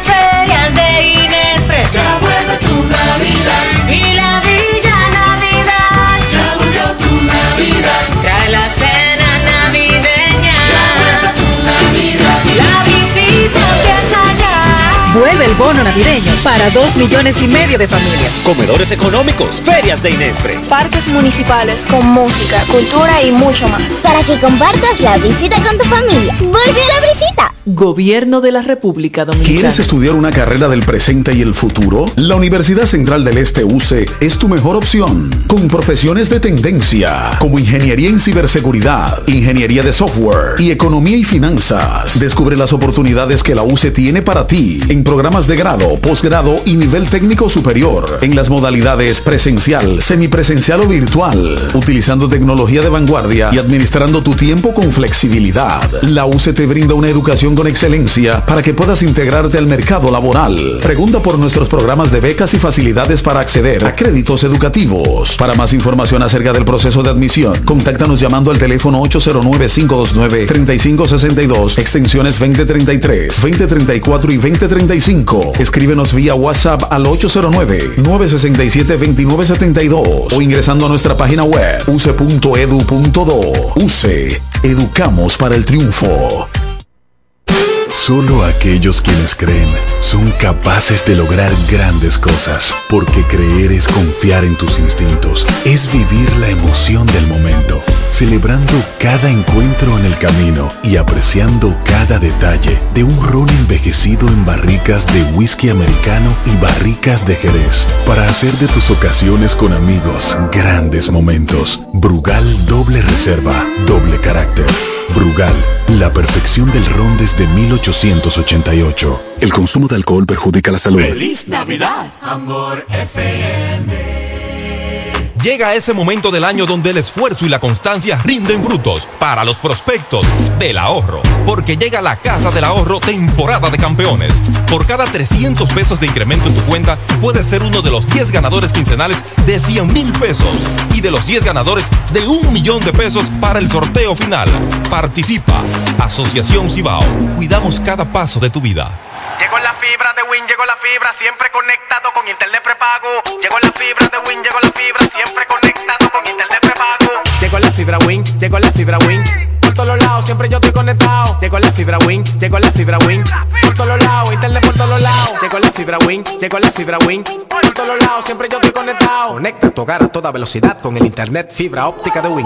Vuelve el bono navideño para dos millones y medio de familias. Comedores económicos, ferias de Inespre. Parques municipales con música, cultura y mucho más. Para que compartas la visita con tu familia. ¡Vuelve a la visita! Gobierno de la República Dominicana. ¿Quieres estudiar una carrera del presente y el futuro? La Universidad Central del Este U C E es tu mejor opción. Con profesiones de tendencia, como ingeniería en ciberseguridad, ingeniería de software y economía y finanzas. Descubre las oportunidades que la U C E tiene para ti en programas de grado, posgrado y nivel técnico superior, en las modalidades presencial, semipresencial o virtual, utilizando tecnología de vanguardia y administrando tu tiempo con flexibilidad. La U C E te brinda una educación con excelencia para que puedas integrarte al mercado laboral. Pregunta por nuestros programas de becas y facilidades para acceder a créditos educativos. Para más información acerca del proceso de admisión, contáctanos llamando al teléfono ocho cero nueve, cinco dos nueve, tres cinco seis dos, extensiones veinte treinta y tres, veinte treinta y cuatro y veinte treinta y cinco. Escríbenos vía WhatsApp al ocho cero nueve, nueve seis siete, dos nueve siete dos o ingresando a nuestra página web u c e punto e d u punto d o. U C E, educamos para el triunfo. Solo aquellos quienes creen son capaces de lograr grandes cosas, porque creer es confiar en tus instintos, es vivir la emoción del momento, celebrando cada encuentro en el camino y apreciando cada detalle de un ron envejecido en barricas de whisky americano y barricas de Jerez, para hacer de tus ocasiones con amigos grandes momentos. Brugal doble reserva, doble carácter. Brugal, la perfección del ron desde mil ochocientos ochenta y ocho. El consumo de alcohol perjudica la salud. ¡Feliz Navidad! Amor F M. Llega ese momento del año donde el esfuerzo y la constancia rinden frutos para los prospectos del ahorro. Porque llega la Casa del Ahorro temporada de campeones. Por cada trescientos pesos de incremento en tu cuenta, puedes ser uno de los diez ganadores quincenales de cien mil pesos y de los diez ganadores de un millón de pesos para el sorteo final. Participa. Asociación Cibao. Cuidamos cada paso de tu vida. Llegó la fibra de Win, llegó la fibra, siempre conectado con internet prepago. Llegó la fibra de Win, llegó la fibra, siempre conectado con internet prepago. Llegó la fibra Win, llegó la fibra Win. Por todos lados, siempre yo estoy conectado. Llegó la fibra Win, llegó la fibra Win. Por todos lados, internet por todos lados. Llegó la fibra Win, llegó la fibra Win. Por todos lados, siempre yo estoy conectado. Conecta tu hogar a toda velocidad con el internet fibra óptica de Win.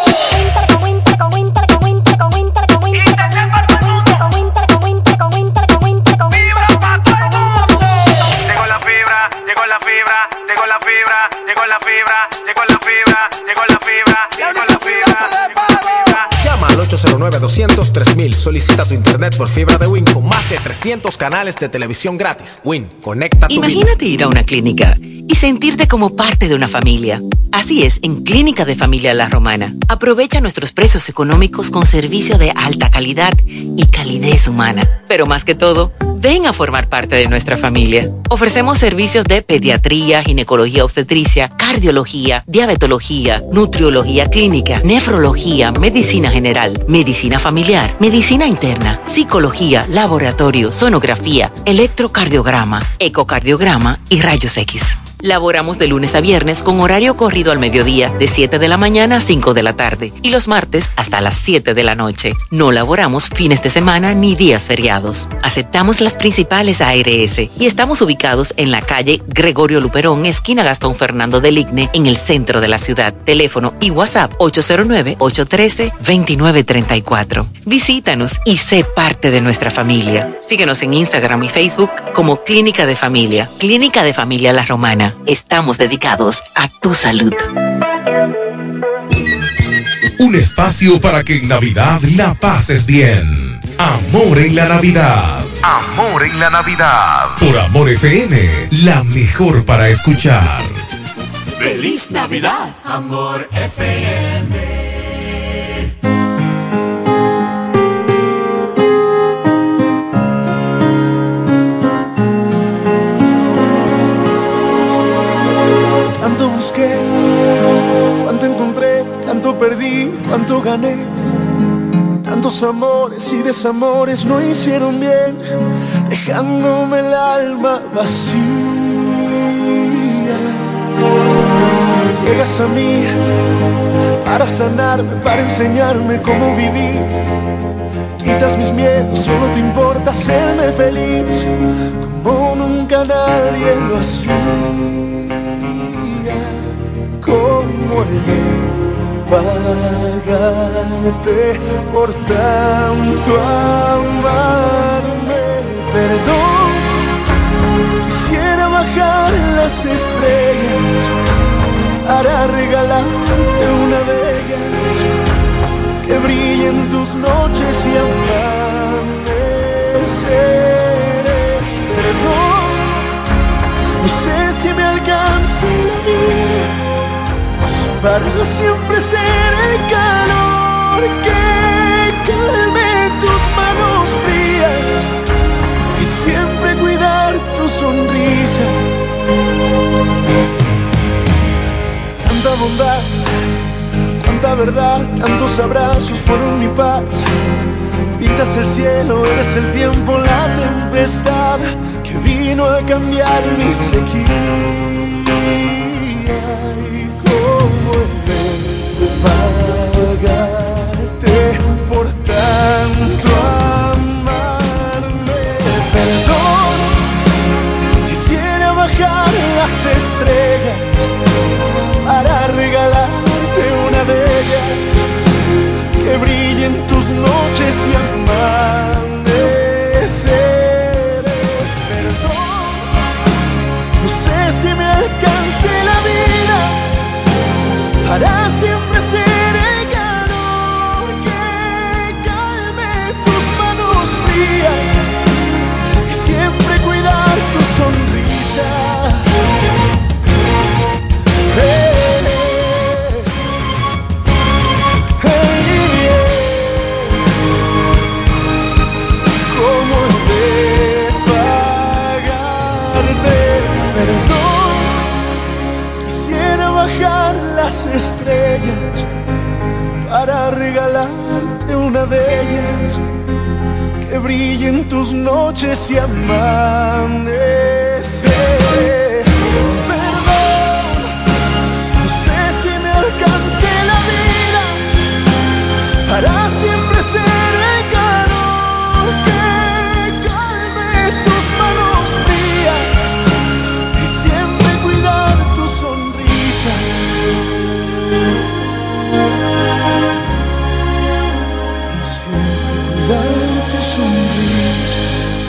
ocho cero nueve, doscientos, tres mil. Solicita tu internet por fibra de Win con más de trescientos canales de televisión gratis. Win, conecta tu Imagínate vida. Ir a una clínica y sentirte como parte de una familia. Así es, en Clínica de Familia La Romana. Aprovecha nuestros precios económicos con servicio de alta calidad y calidez humana. Pero más que todo, ven a formar parte de nuestra familia. Ofrecemos servicios de pediatría, ginecología obstetricia, cardiología, diabetología, nutriología clínica, nefrología, medicina general, medicina familiar, medicina interna, psicología, laboratorio, sonografía, electrocardiograma, ecocardiograma y rayos X. Laboramos de lunes a viernes con horario corrido al mediodía de siete de la mañana a cinco de la tarde y los martes hasta las siete de la noche. No laboramos fines de semana ni días feriados. Aceptamos las principales A R S y estamos ubicados en la calle Gregorio Luperón, esquina Gastón Fernando del Igne, en el centro de la ciudad. Teléfono y WhatsApp ocho cero nueve, ocho uno tres, dos nueve tres cuatro. Visítanos y sé parte de nuestra familia. Síguenos en Instagram y Facebook como Clínica de Familia. Clínica de Familia La Romana. Estamos dedicados a tu salud. Un espacio para que en Navidad la pases bien. Amor en la Navidad. Amor en la Navidad. Por Amor F M, la mejor para escuchar. ¡Feliz Navidad! Amor F M. Tanto busqué, cuánto encontré, tanto perdí, cuánto gané. Tantos amores y desamores no hicieron bien, dejándome el alma vacía. Llegas a mí para sanarme, para enseñarme cómo vivir. quitas mis miedos, solo te importa hacerme feliz, como nunca nadie lo hacía. ¿Cómo he de pagarte por tanto amarme? Perdón, quisiera bajar las estrellas para regalarte una de ellas, que brillen tus noches y amaneceres. Perdón, no sé si me alcance la vida para siempre ser el calor que calme tus manos frías y siempre cuidar tu sonrisa. Tanta bondad, cuánta verdad, tantos abrazos fueron mi paz. Pintas el cielo, eres el tiempo, la tempestad que vino a cambiar mi sequía. Pagarte por tanto amarme. Perdón, quisiera bajar las estrellas para regalarte una de ellas, que brillen tus noches y amaneceres. Perdón, no sé si me alcance la vida para siempre ser el calor que calme tus manos frías y siempre cuidar tu sonrisa. Hey, hey, yeah. ¿Cómo he de pagarte? Perdón, quisiera bajar las estrellas para regalarte una de ellas, que brillen tus noches y amaneceres. Perdón, no sé si me alcance la vida para siempre ser el calor que calme tus manos frías y siempre cuidar tu sonrisa. Y siempre cuidar tu sonrisa.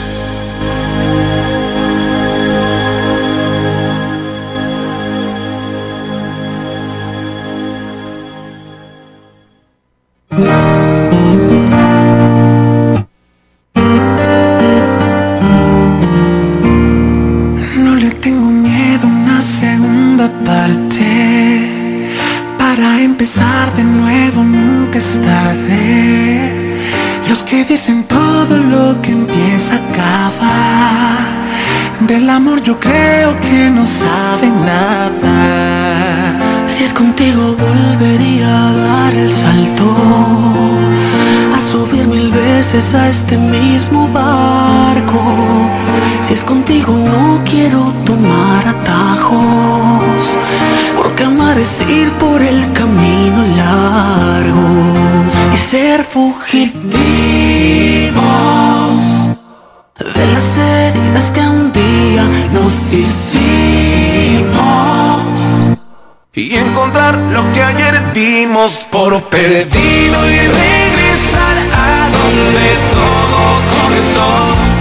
No le tengo miedo a una segunda parte. Para empezar de nuevo nunca es tarde. Los que dicen todo lo que empieza acaba. Del amor yo creo que no saben nada. Si es contigo volvería a dar el salto, a subir mil veces a este mismo barco. Si es contigo no quiero tomar atajos, porque amar es ir por el camino largo y ser fugitivos de las heridas que un día nos hicimos y encontrar lo que ayer dimos por perdido y regresar a donde todo comenzó,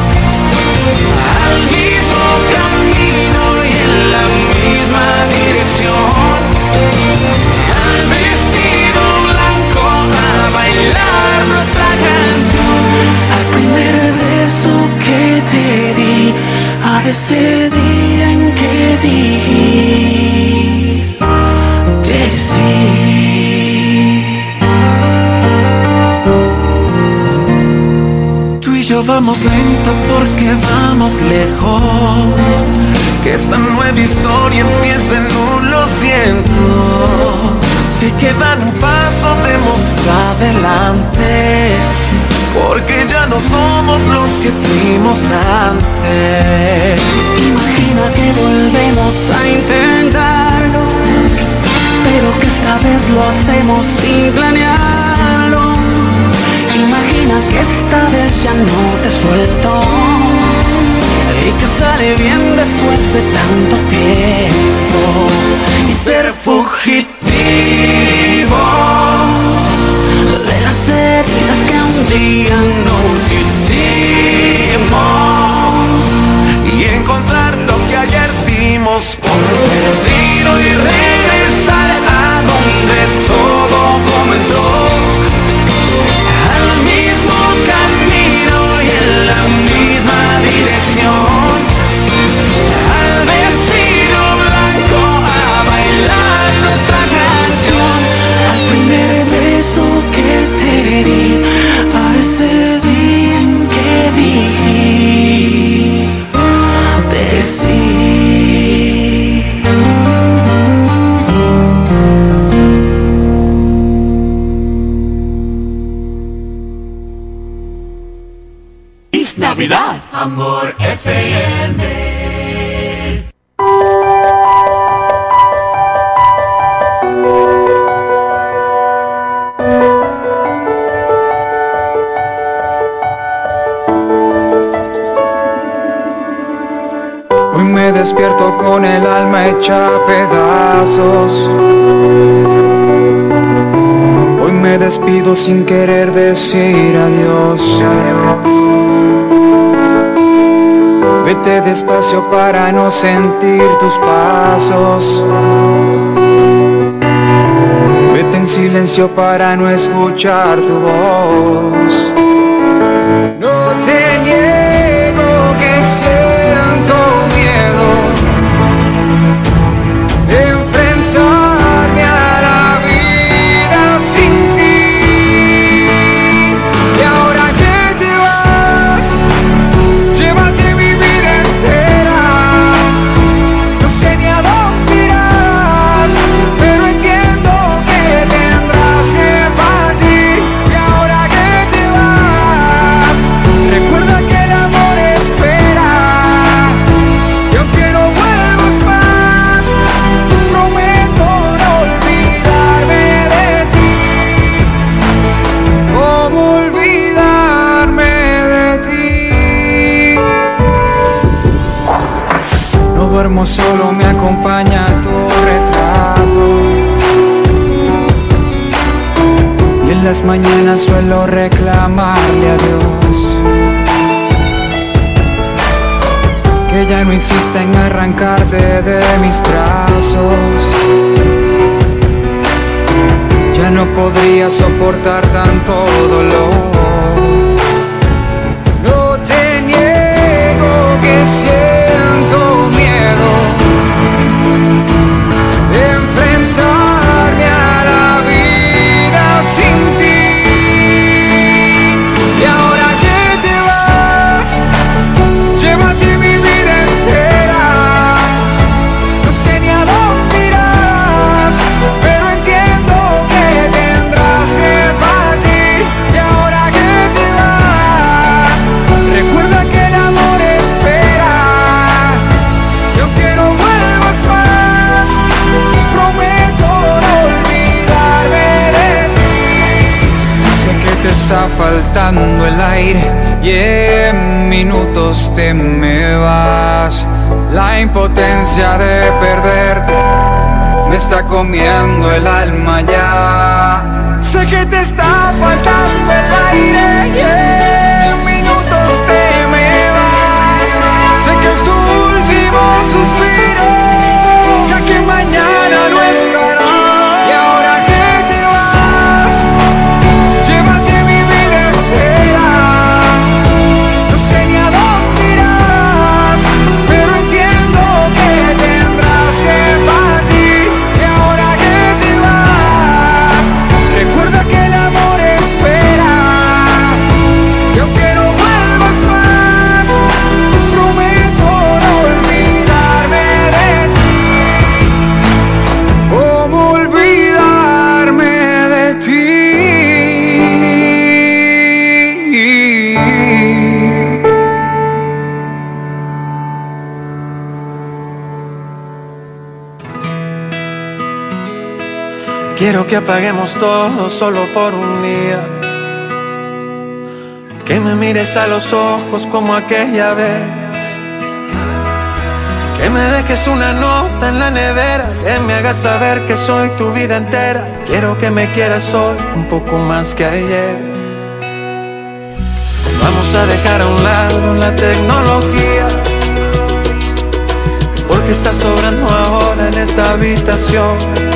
al mismo camino y en la misma dirección, al vestido blanco a bailar nuestra canción, al primer beso que te di, a ese día en que dijiste sí. Tú y yo vamos lento porque vamos lejos, que esta nueva historia empiece en un lo siento. Si quedan un paso demos adelante, porque ya no somos los que fuimos antes. Imagina que volvemos a intentarlo, pero que esta vez lo hacemos sin planearlo. Imagina que esta sale bien después de tanto tiempo. Y ser fugitivos de las heridas que un día nos hicimos y encontrar lo que ayer dimos por perdido y regresar a donde todo comenzó, al mismo camino y en la misma dirección, al vestido blanco a bailar nuestra canción, al primer beso que te di, a ese día en que dijiste sí. Navidad, Amor F M. Hoy me despierto con el alma hecha a pedazos. Hoy me despido sin querer decir adiós. Vete despacio para no sentir tus pasos. Vete en silencio para no escuchar tu voz. No te niego que siento miedo de enfrentarme a la vida sin ti. Y ahora que te vas, llévate mi vida entera. No sé ni a dónde irás, pero entiendo que tendrás que partir. Y ahora que te vas, recuerda que el amor espera. Y aunque no vuelvas más, prometo no olvidarme de ti. ¿Cómo olvidarme de ti? No duermo solo, me acompaña tu retrato. Y en las mañanas suelo reclamarle a Dios que ya no insista en arrancarte de mis brazos. Ya no podría soportar tanto dolor. No te niego que siento miedo de enfrentarme a la vida sin ti. Y ahora que te vas, llévate mi vida entera. No sé ni a dónde irás, pero entiendo que tendrás que partir. Y ahora que te vas, recuerda que el amor espera. Y aunque no vuelvas más, prometo no olvidarme de ti. Sé que te está faltando el aire y en minutos te me vas. La impotencia de perderte me está comiendo el alma ya. Sé que te está faltando el aire y en minutos te me vas. Sé que es tu último suspiro, ya que mañana no estará. Y ahora que te vas, llévate mi vida entera. No sé ni a dónde irás, pero entiendo que tendrás que partir. Y ahora que te vas, recuerda que el amor espera. Y aunque no vuelvas más, prometo no olvidarme de ti. ¿Cómo olvidarme de ti? Quiero que apaguemos todo solo por un día. Que me mires a los ojos como aquella vez. Que me dejes una nota en la nevera, que me hagas saber que soy tu vida entera. Quiero que me quieras hoy un poco más que ayer. Vamos a dejar a un lado la tecnología, porque está sobrando ahora en esta habitación.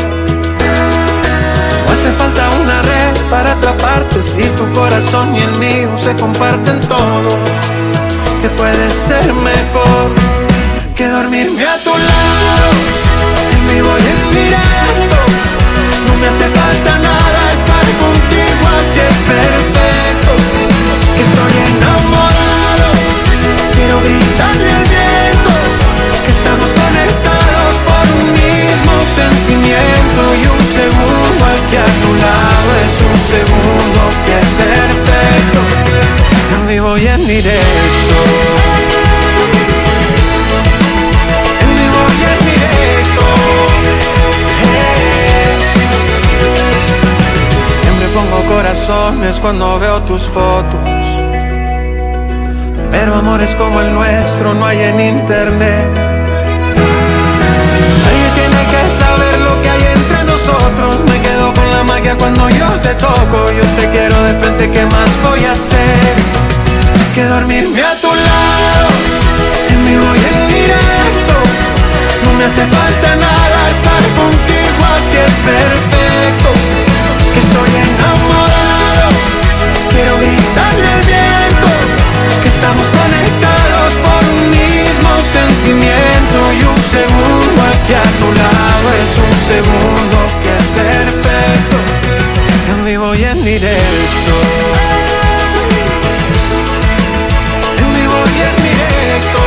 No hace falta una red para atraparte si tu corazón y el mío se comparten todo. Que puede ser mejor que dormirme a tu lado, en vivo y en directo. No me hace falta nada, estar contigo así es perfecto. Que estoy enamorado, quiero gritarle al viento que estamos conectados por un mismo sentimiento. Y un segundo aquí a tu lado es un segundo que es perfecto, en vivo y en directo. Pongo corazones cuando veo tus fotos, pero amores como el nuestro no hay en internet. Nadie tiene que saber lo que hay entre nosotros. Me quedo con la magia cuando yo te toco. Yo te quiero de frente, ¿qué más voy a hacer? Que dormirme a tu lado, en vivo y en directo. No me hace falta nada, estar contigo así es perfecto. Que estoy enamorado, quiero gritarle al viento que estamos conectados por un mismo sentimiento. Y un segundo aquí a tu lado es un segundo que es perfecto, en vivo y en directo. En vivo y en directo.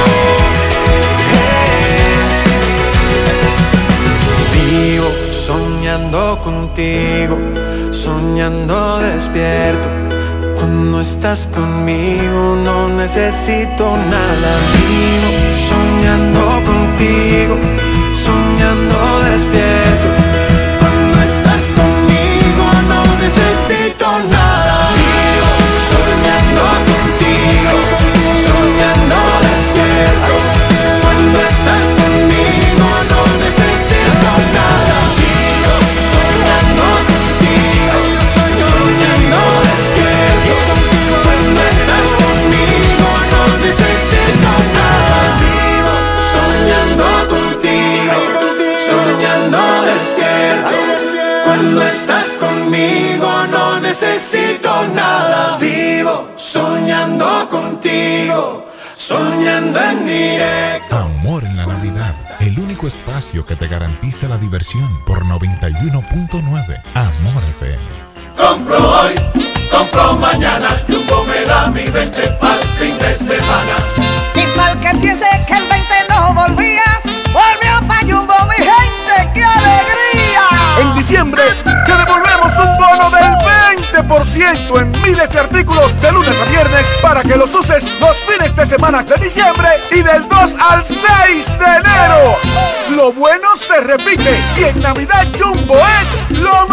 Hey. Vivo soñando contigo, soñando despierto. Cuando estás conmigo no necesito nada. Vivo soñando contigo, soñando despierto. Cuando estás conmigo no necesito nada. Vivo soñando contigo, soñando despierto. Cuando estás conmigo no necesito nada. Vivo soñando contigo, soñando despierto. Cuando estás conmigo no necesito nada. Vivo soñando contigo, soñando despierto. Cuando estás conmigo no necesito nada. Vivo soñando contigo, soñando en directo. Amor en la Navidad, el único espacio que te garantiza la diversión por noventa y uno punto nueve Amor F M. Compro hoy, compro mañana, Jumbo me da mi veinte pa'l fin de semana. Y pa'l que piense que el veinte no volvía, volvió pa' Jumbo, mi gente, ¡qué alegría! En diciembre te devolvemos un bono del veinte por ciento en miles de artículos de lunes a viernes para que los uses los fines de semana de diciembre y del dos al seis de enero. Lo bueno se repite y en Navidad Jumbo es lo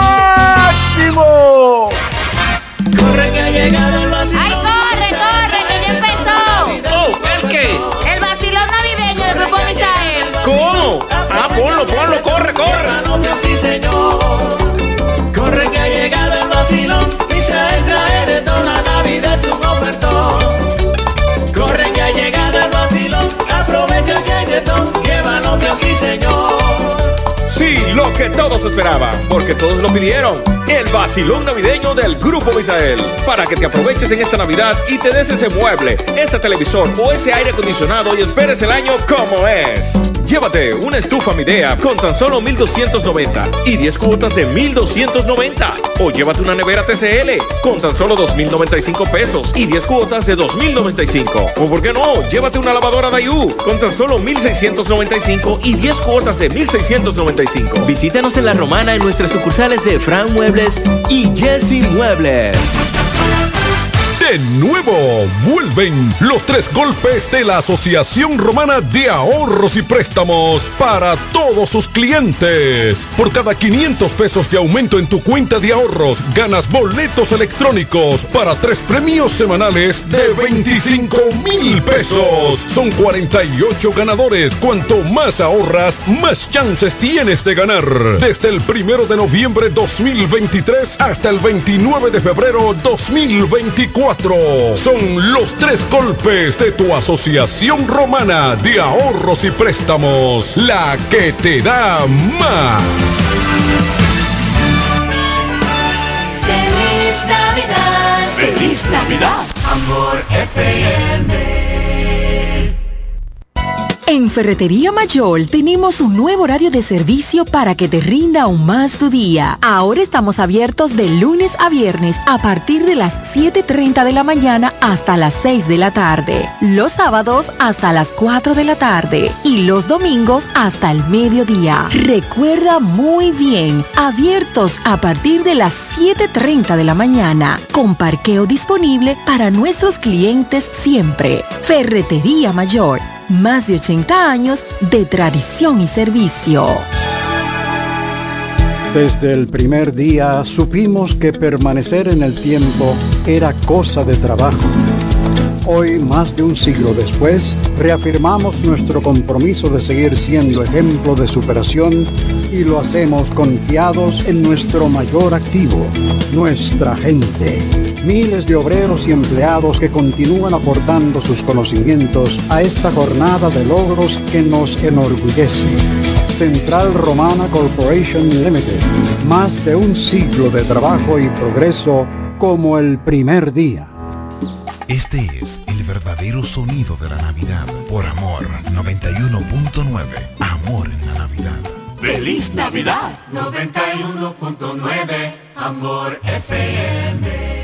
máximo. Corre que ha llegado el vacilón. ¡Ay, corre, corre, que ya empezó! Oh, ¿el qué? El vacilón navideño del Grupo Misael. ¿Cómo? Ah, ponlo, ponlo, corre, corre. Sí, señor. Corre que ha llegado el vacilón. Misael trae de toda Navidad su ofertón. Corre que ha llegado el vacilón. Aprovecha que hay de todo. Llévalo, sí, señor. Sí, lo que todos esperaban, porque todos lo pidieron. El vacilón navideño del Grupo Misael. Para que te aproveches en esta Navidad y te des ese mueble, ese televisor o ese aire acondicionado y esperes el año como es. Llévate una estufa Midea con tan solo mil doscientos noventa y diez cuotas de mil doscientos noventa. O llévate una nevera T C L con tan solo dos mil noventa y cinco pesos y diez cuotas de dos mil noventa y cinco. O por qué no, llévate una lavadora Daewoo con tan solo mil seiscientos noventa y cinco y diez cuotas de mil seiscientos noventa y cinco. Visítanos en La Romana en nuestras sucursales de Fran Muebles y Jessy Muebles. De nuevo, vuelven los tres golpes de la Asociación Romana de Ahorros y Préstamos para todos sus clientes. Por cada quinientos pesos de aumento en tu cuenta de ahorros, ganas boletos electrónicos para tres premios semanales de veinticinco mil pesos. Son cuarenta y ocho ganadores. Cuanto más ahorras, más chances tienes de ganar. Desde el primero de noviembre dos mil veintitrés hasta el veintinueve de febrero dos mil veinticuatro. Son los tres golpes de tu Asociación Romana de Ahorros y Préstamos, la que te da más. Feliz Navidad. Feliz Navidad. Amor F M. En Ferretería Mayol tenemos un nuevo horario de servicio para que te rinda aún más tu día. Ahora estamos abiertos de lunes a viernes a partir de las siete treinta de la mañana hasta las seis de la tarde. Los sábados hasta las cuatro de la tarde y los domingos hasta el mediodía. Recuerda muy bien, abiertos a partir de las siete treinta de la mañana, con parqueo disponible para nuestros clientes siempre. Ferretería Mayol. Más de ochenta años de tradición y servicio. Desde el primer día supimos que permanecer en el tiempo era cosa de trabajo. Hoy, más de un siglo después, reafirmamos nuestro compromiso de seguir siendo ejemplo de superación y lo hacemos confiados en nuestro mayor activo, nuestra gente. Miles de obreros y empleados que continúan aportando sus conocimientos a esta jornada de logros que nos enorgullece. Central Romana Corporation Limited. Más de un siglo de trabajo y progreso como el primer día. Este es el verdadero sonido de la Navidad. Por Amor noventa y uno punto nueve. Amor en la Navidad. Feliz Navidad. noventa y uno punto nueve. Amor F M.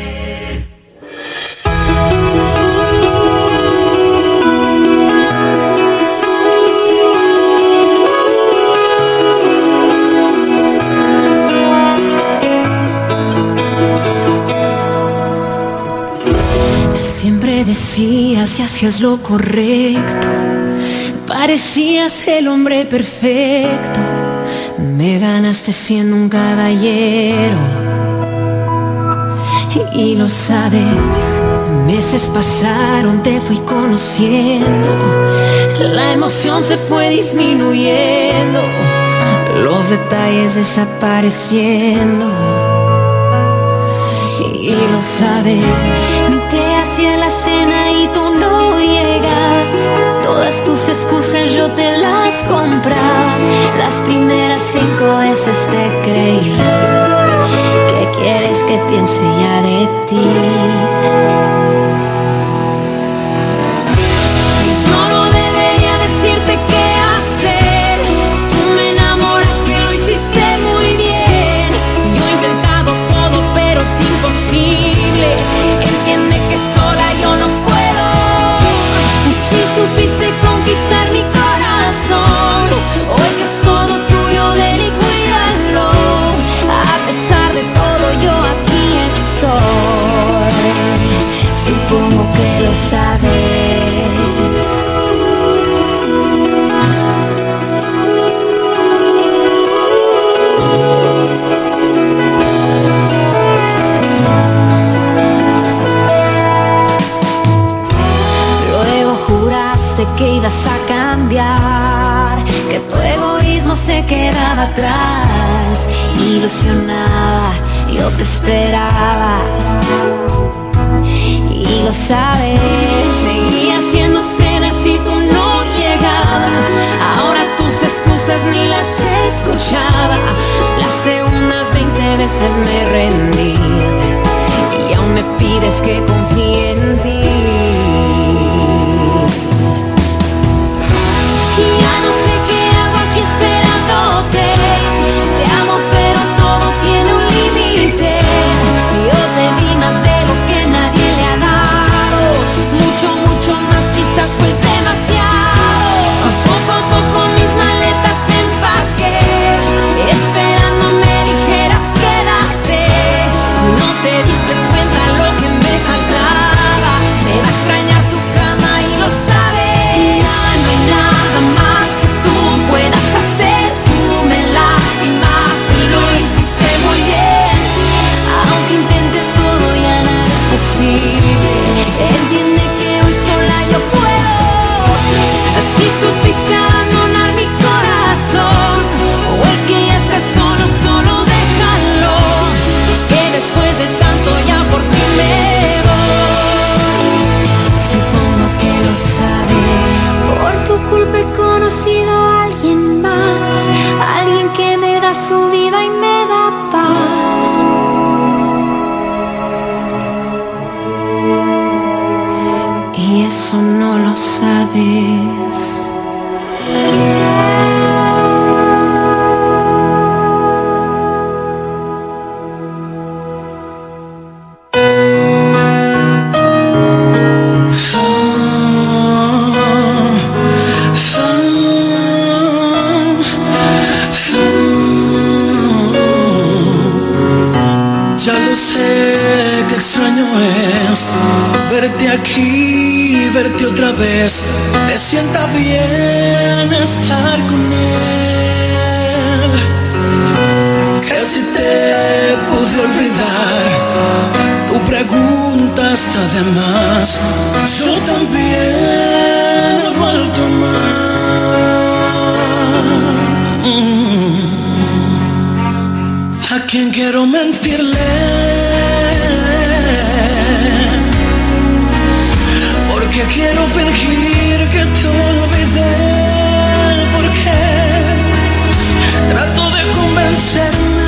Siempre decías y hacías lo correcto, parecías el hombre perfecto, me ganaste siendo un caballero. Y lo sabes, meses pasaron, te fui conociendo, la emoción se fue disminuyendo, los detalles desapareciendo. Y lo sabes, te hacía la cena y tú no llegas, todas tus excusas yo te las compraba, las primeras cinco veces te creí. ¿Qué quieres que piense ya de ti? Yo no debería decirte qué hacer, tú me enamoraste, lo hiciste muy bien. Yo he intentado todo pero es imposible, entiende que sola yo no puedo. Si supiste conquistar mi corazón, hoy que es todo tuyo, ven y cuídalo. A pesar de todo yo aquí estoy, supongo que lo sabes. Luego juraste que ibas a cambiar, que tu egoísmo se quedaba atrás. Ilusionaba, yo te esperaba. Y lo sabes, seguía haciendo cenas y tú no llegabas. Ahora tus excusas ni las escuchaba. Las segundas veinte veces me rendí y aún me pides que confíe en ti. Ya no sé qué hago aquí esperándote. Te amo pero todo tiene un límite. Yo te di más de lo que nadie le ha dado, mucho, mucho más quizás. verte otra vez te sienta bien estar con él. Que si te pude olvidar, tu pregunta está de más. Yo también he vuelto a amar. Mm. ¿A quién quiero mentirle? Porque quiero fingir que te olvidé. Porque trato de convencerme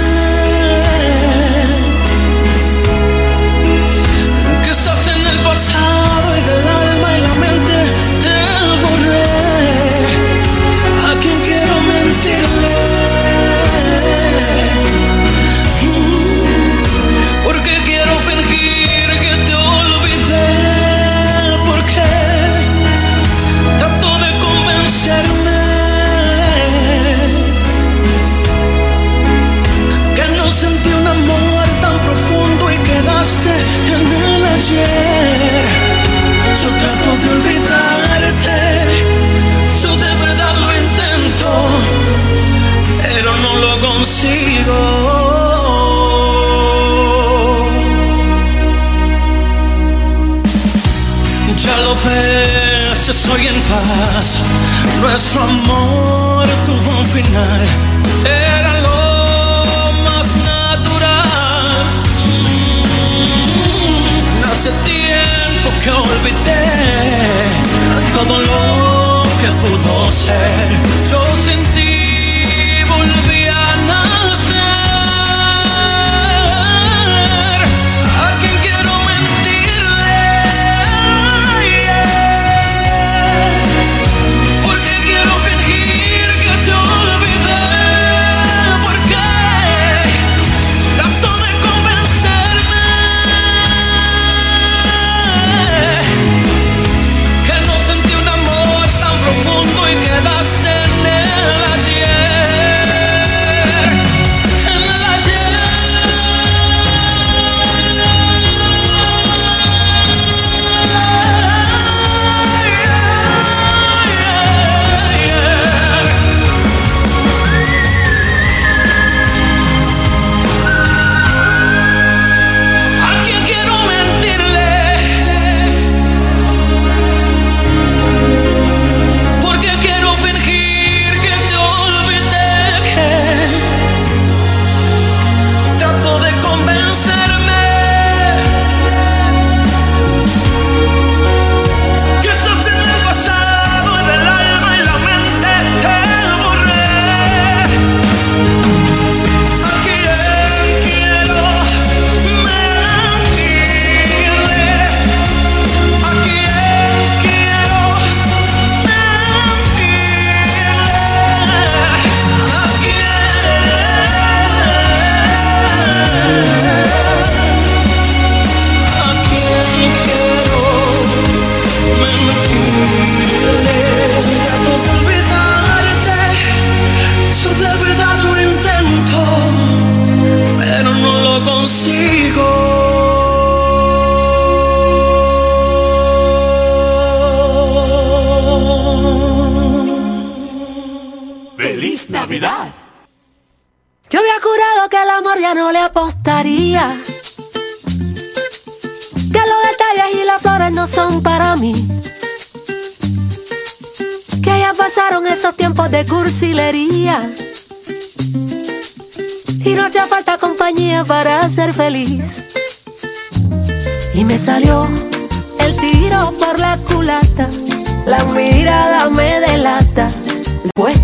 que estás en el pasado y del alma y la mente te borré. ¿A quién quiero mentirle? Porque quiero fingir que te olvidé. Porque trato de convencerme que no sentí un amor tan profundo y quedaste en el ayer. Yo trato de olvidarte, yo de verdad lo intento, pero no lo consigo. Ya lo ves, estoy en paz. Nuestro amor tuvo un final, era lo más natural. Mm, Hace tiempo que olvidé todo lo que pudo ser. Yo sin ti volví a nacer. ¿A quién quiero mentirle? Porque quiero fingir que te olvidé. Porque trato de convencerme que no sentí un amor tan profundo y quedaste en el ayer. En el ¿a quién quiero mentirle? Porque quiero fingir que te olvidé. Trato de convencerme que estás en el pasado y del alma y la mente te borré. ¿A quién quiero mentirle? ¿A quién quiero mentirle? ¿A quién? ¿A quién quiero mentirle? Trato de olvidarte, yo de verdad lo intento, pero no lo consigo. ¡Feliz Navidad! Yo había jurado que el amor ya no le apostaría, que los detalles y las flores no son para mí, que ya pasaron esos tiempos de cursilería y no hacía falta compañía para ser feliz. Y me salió el tiro por la culata, la mirada me delata. Pues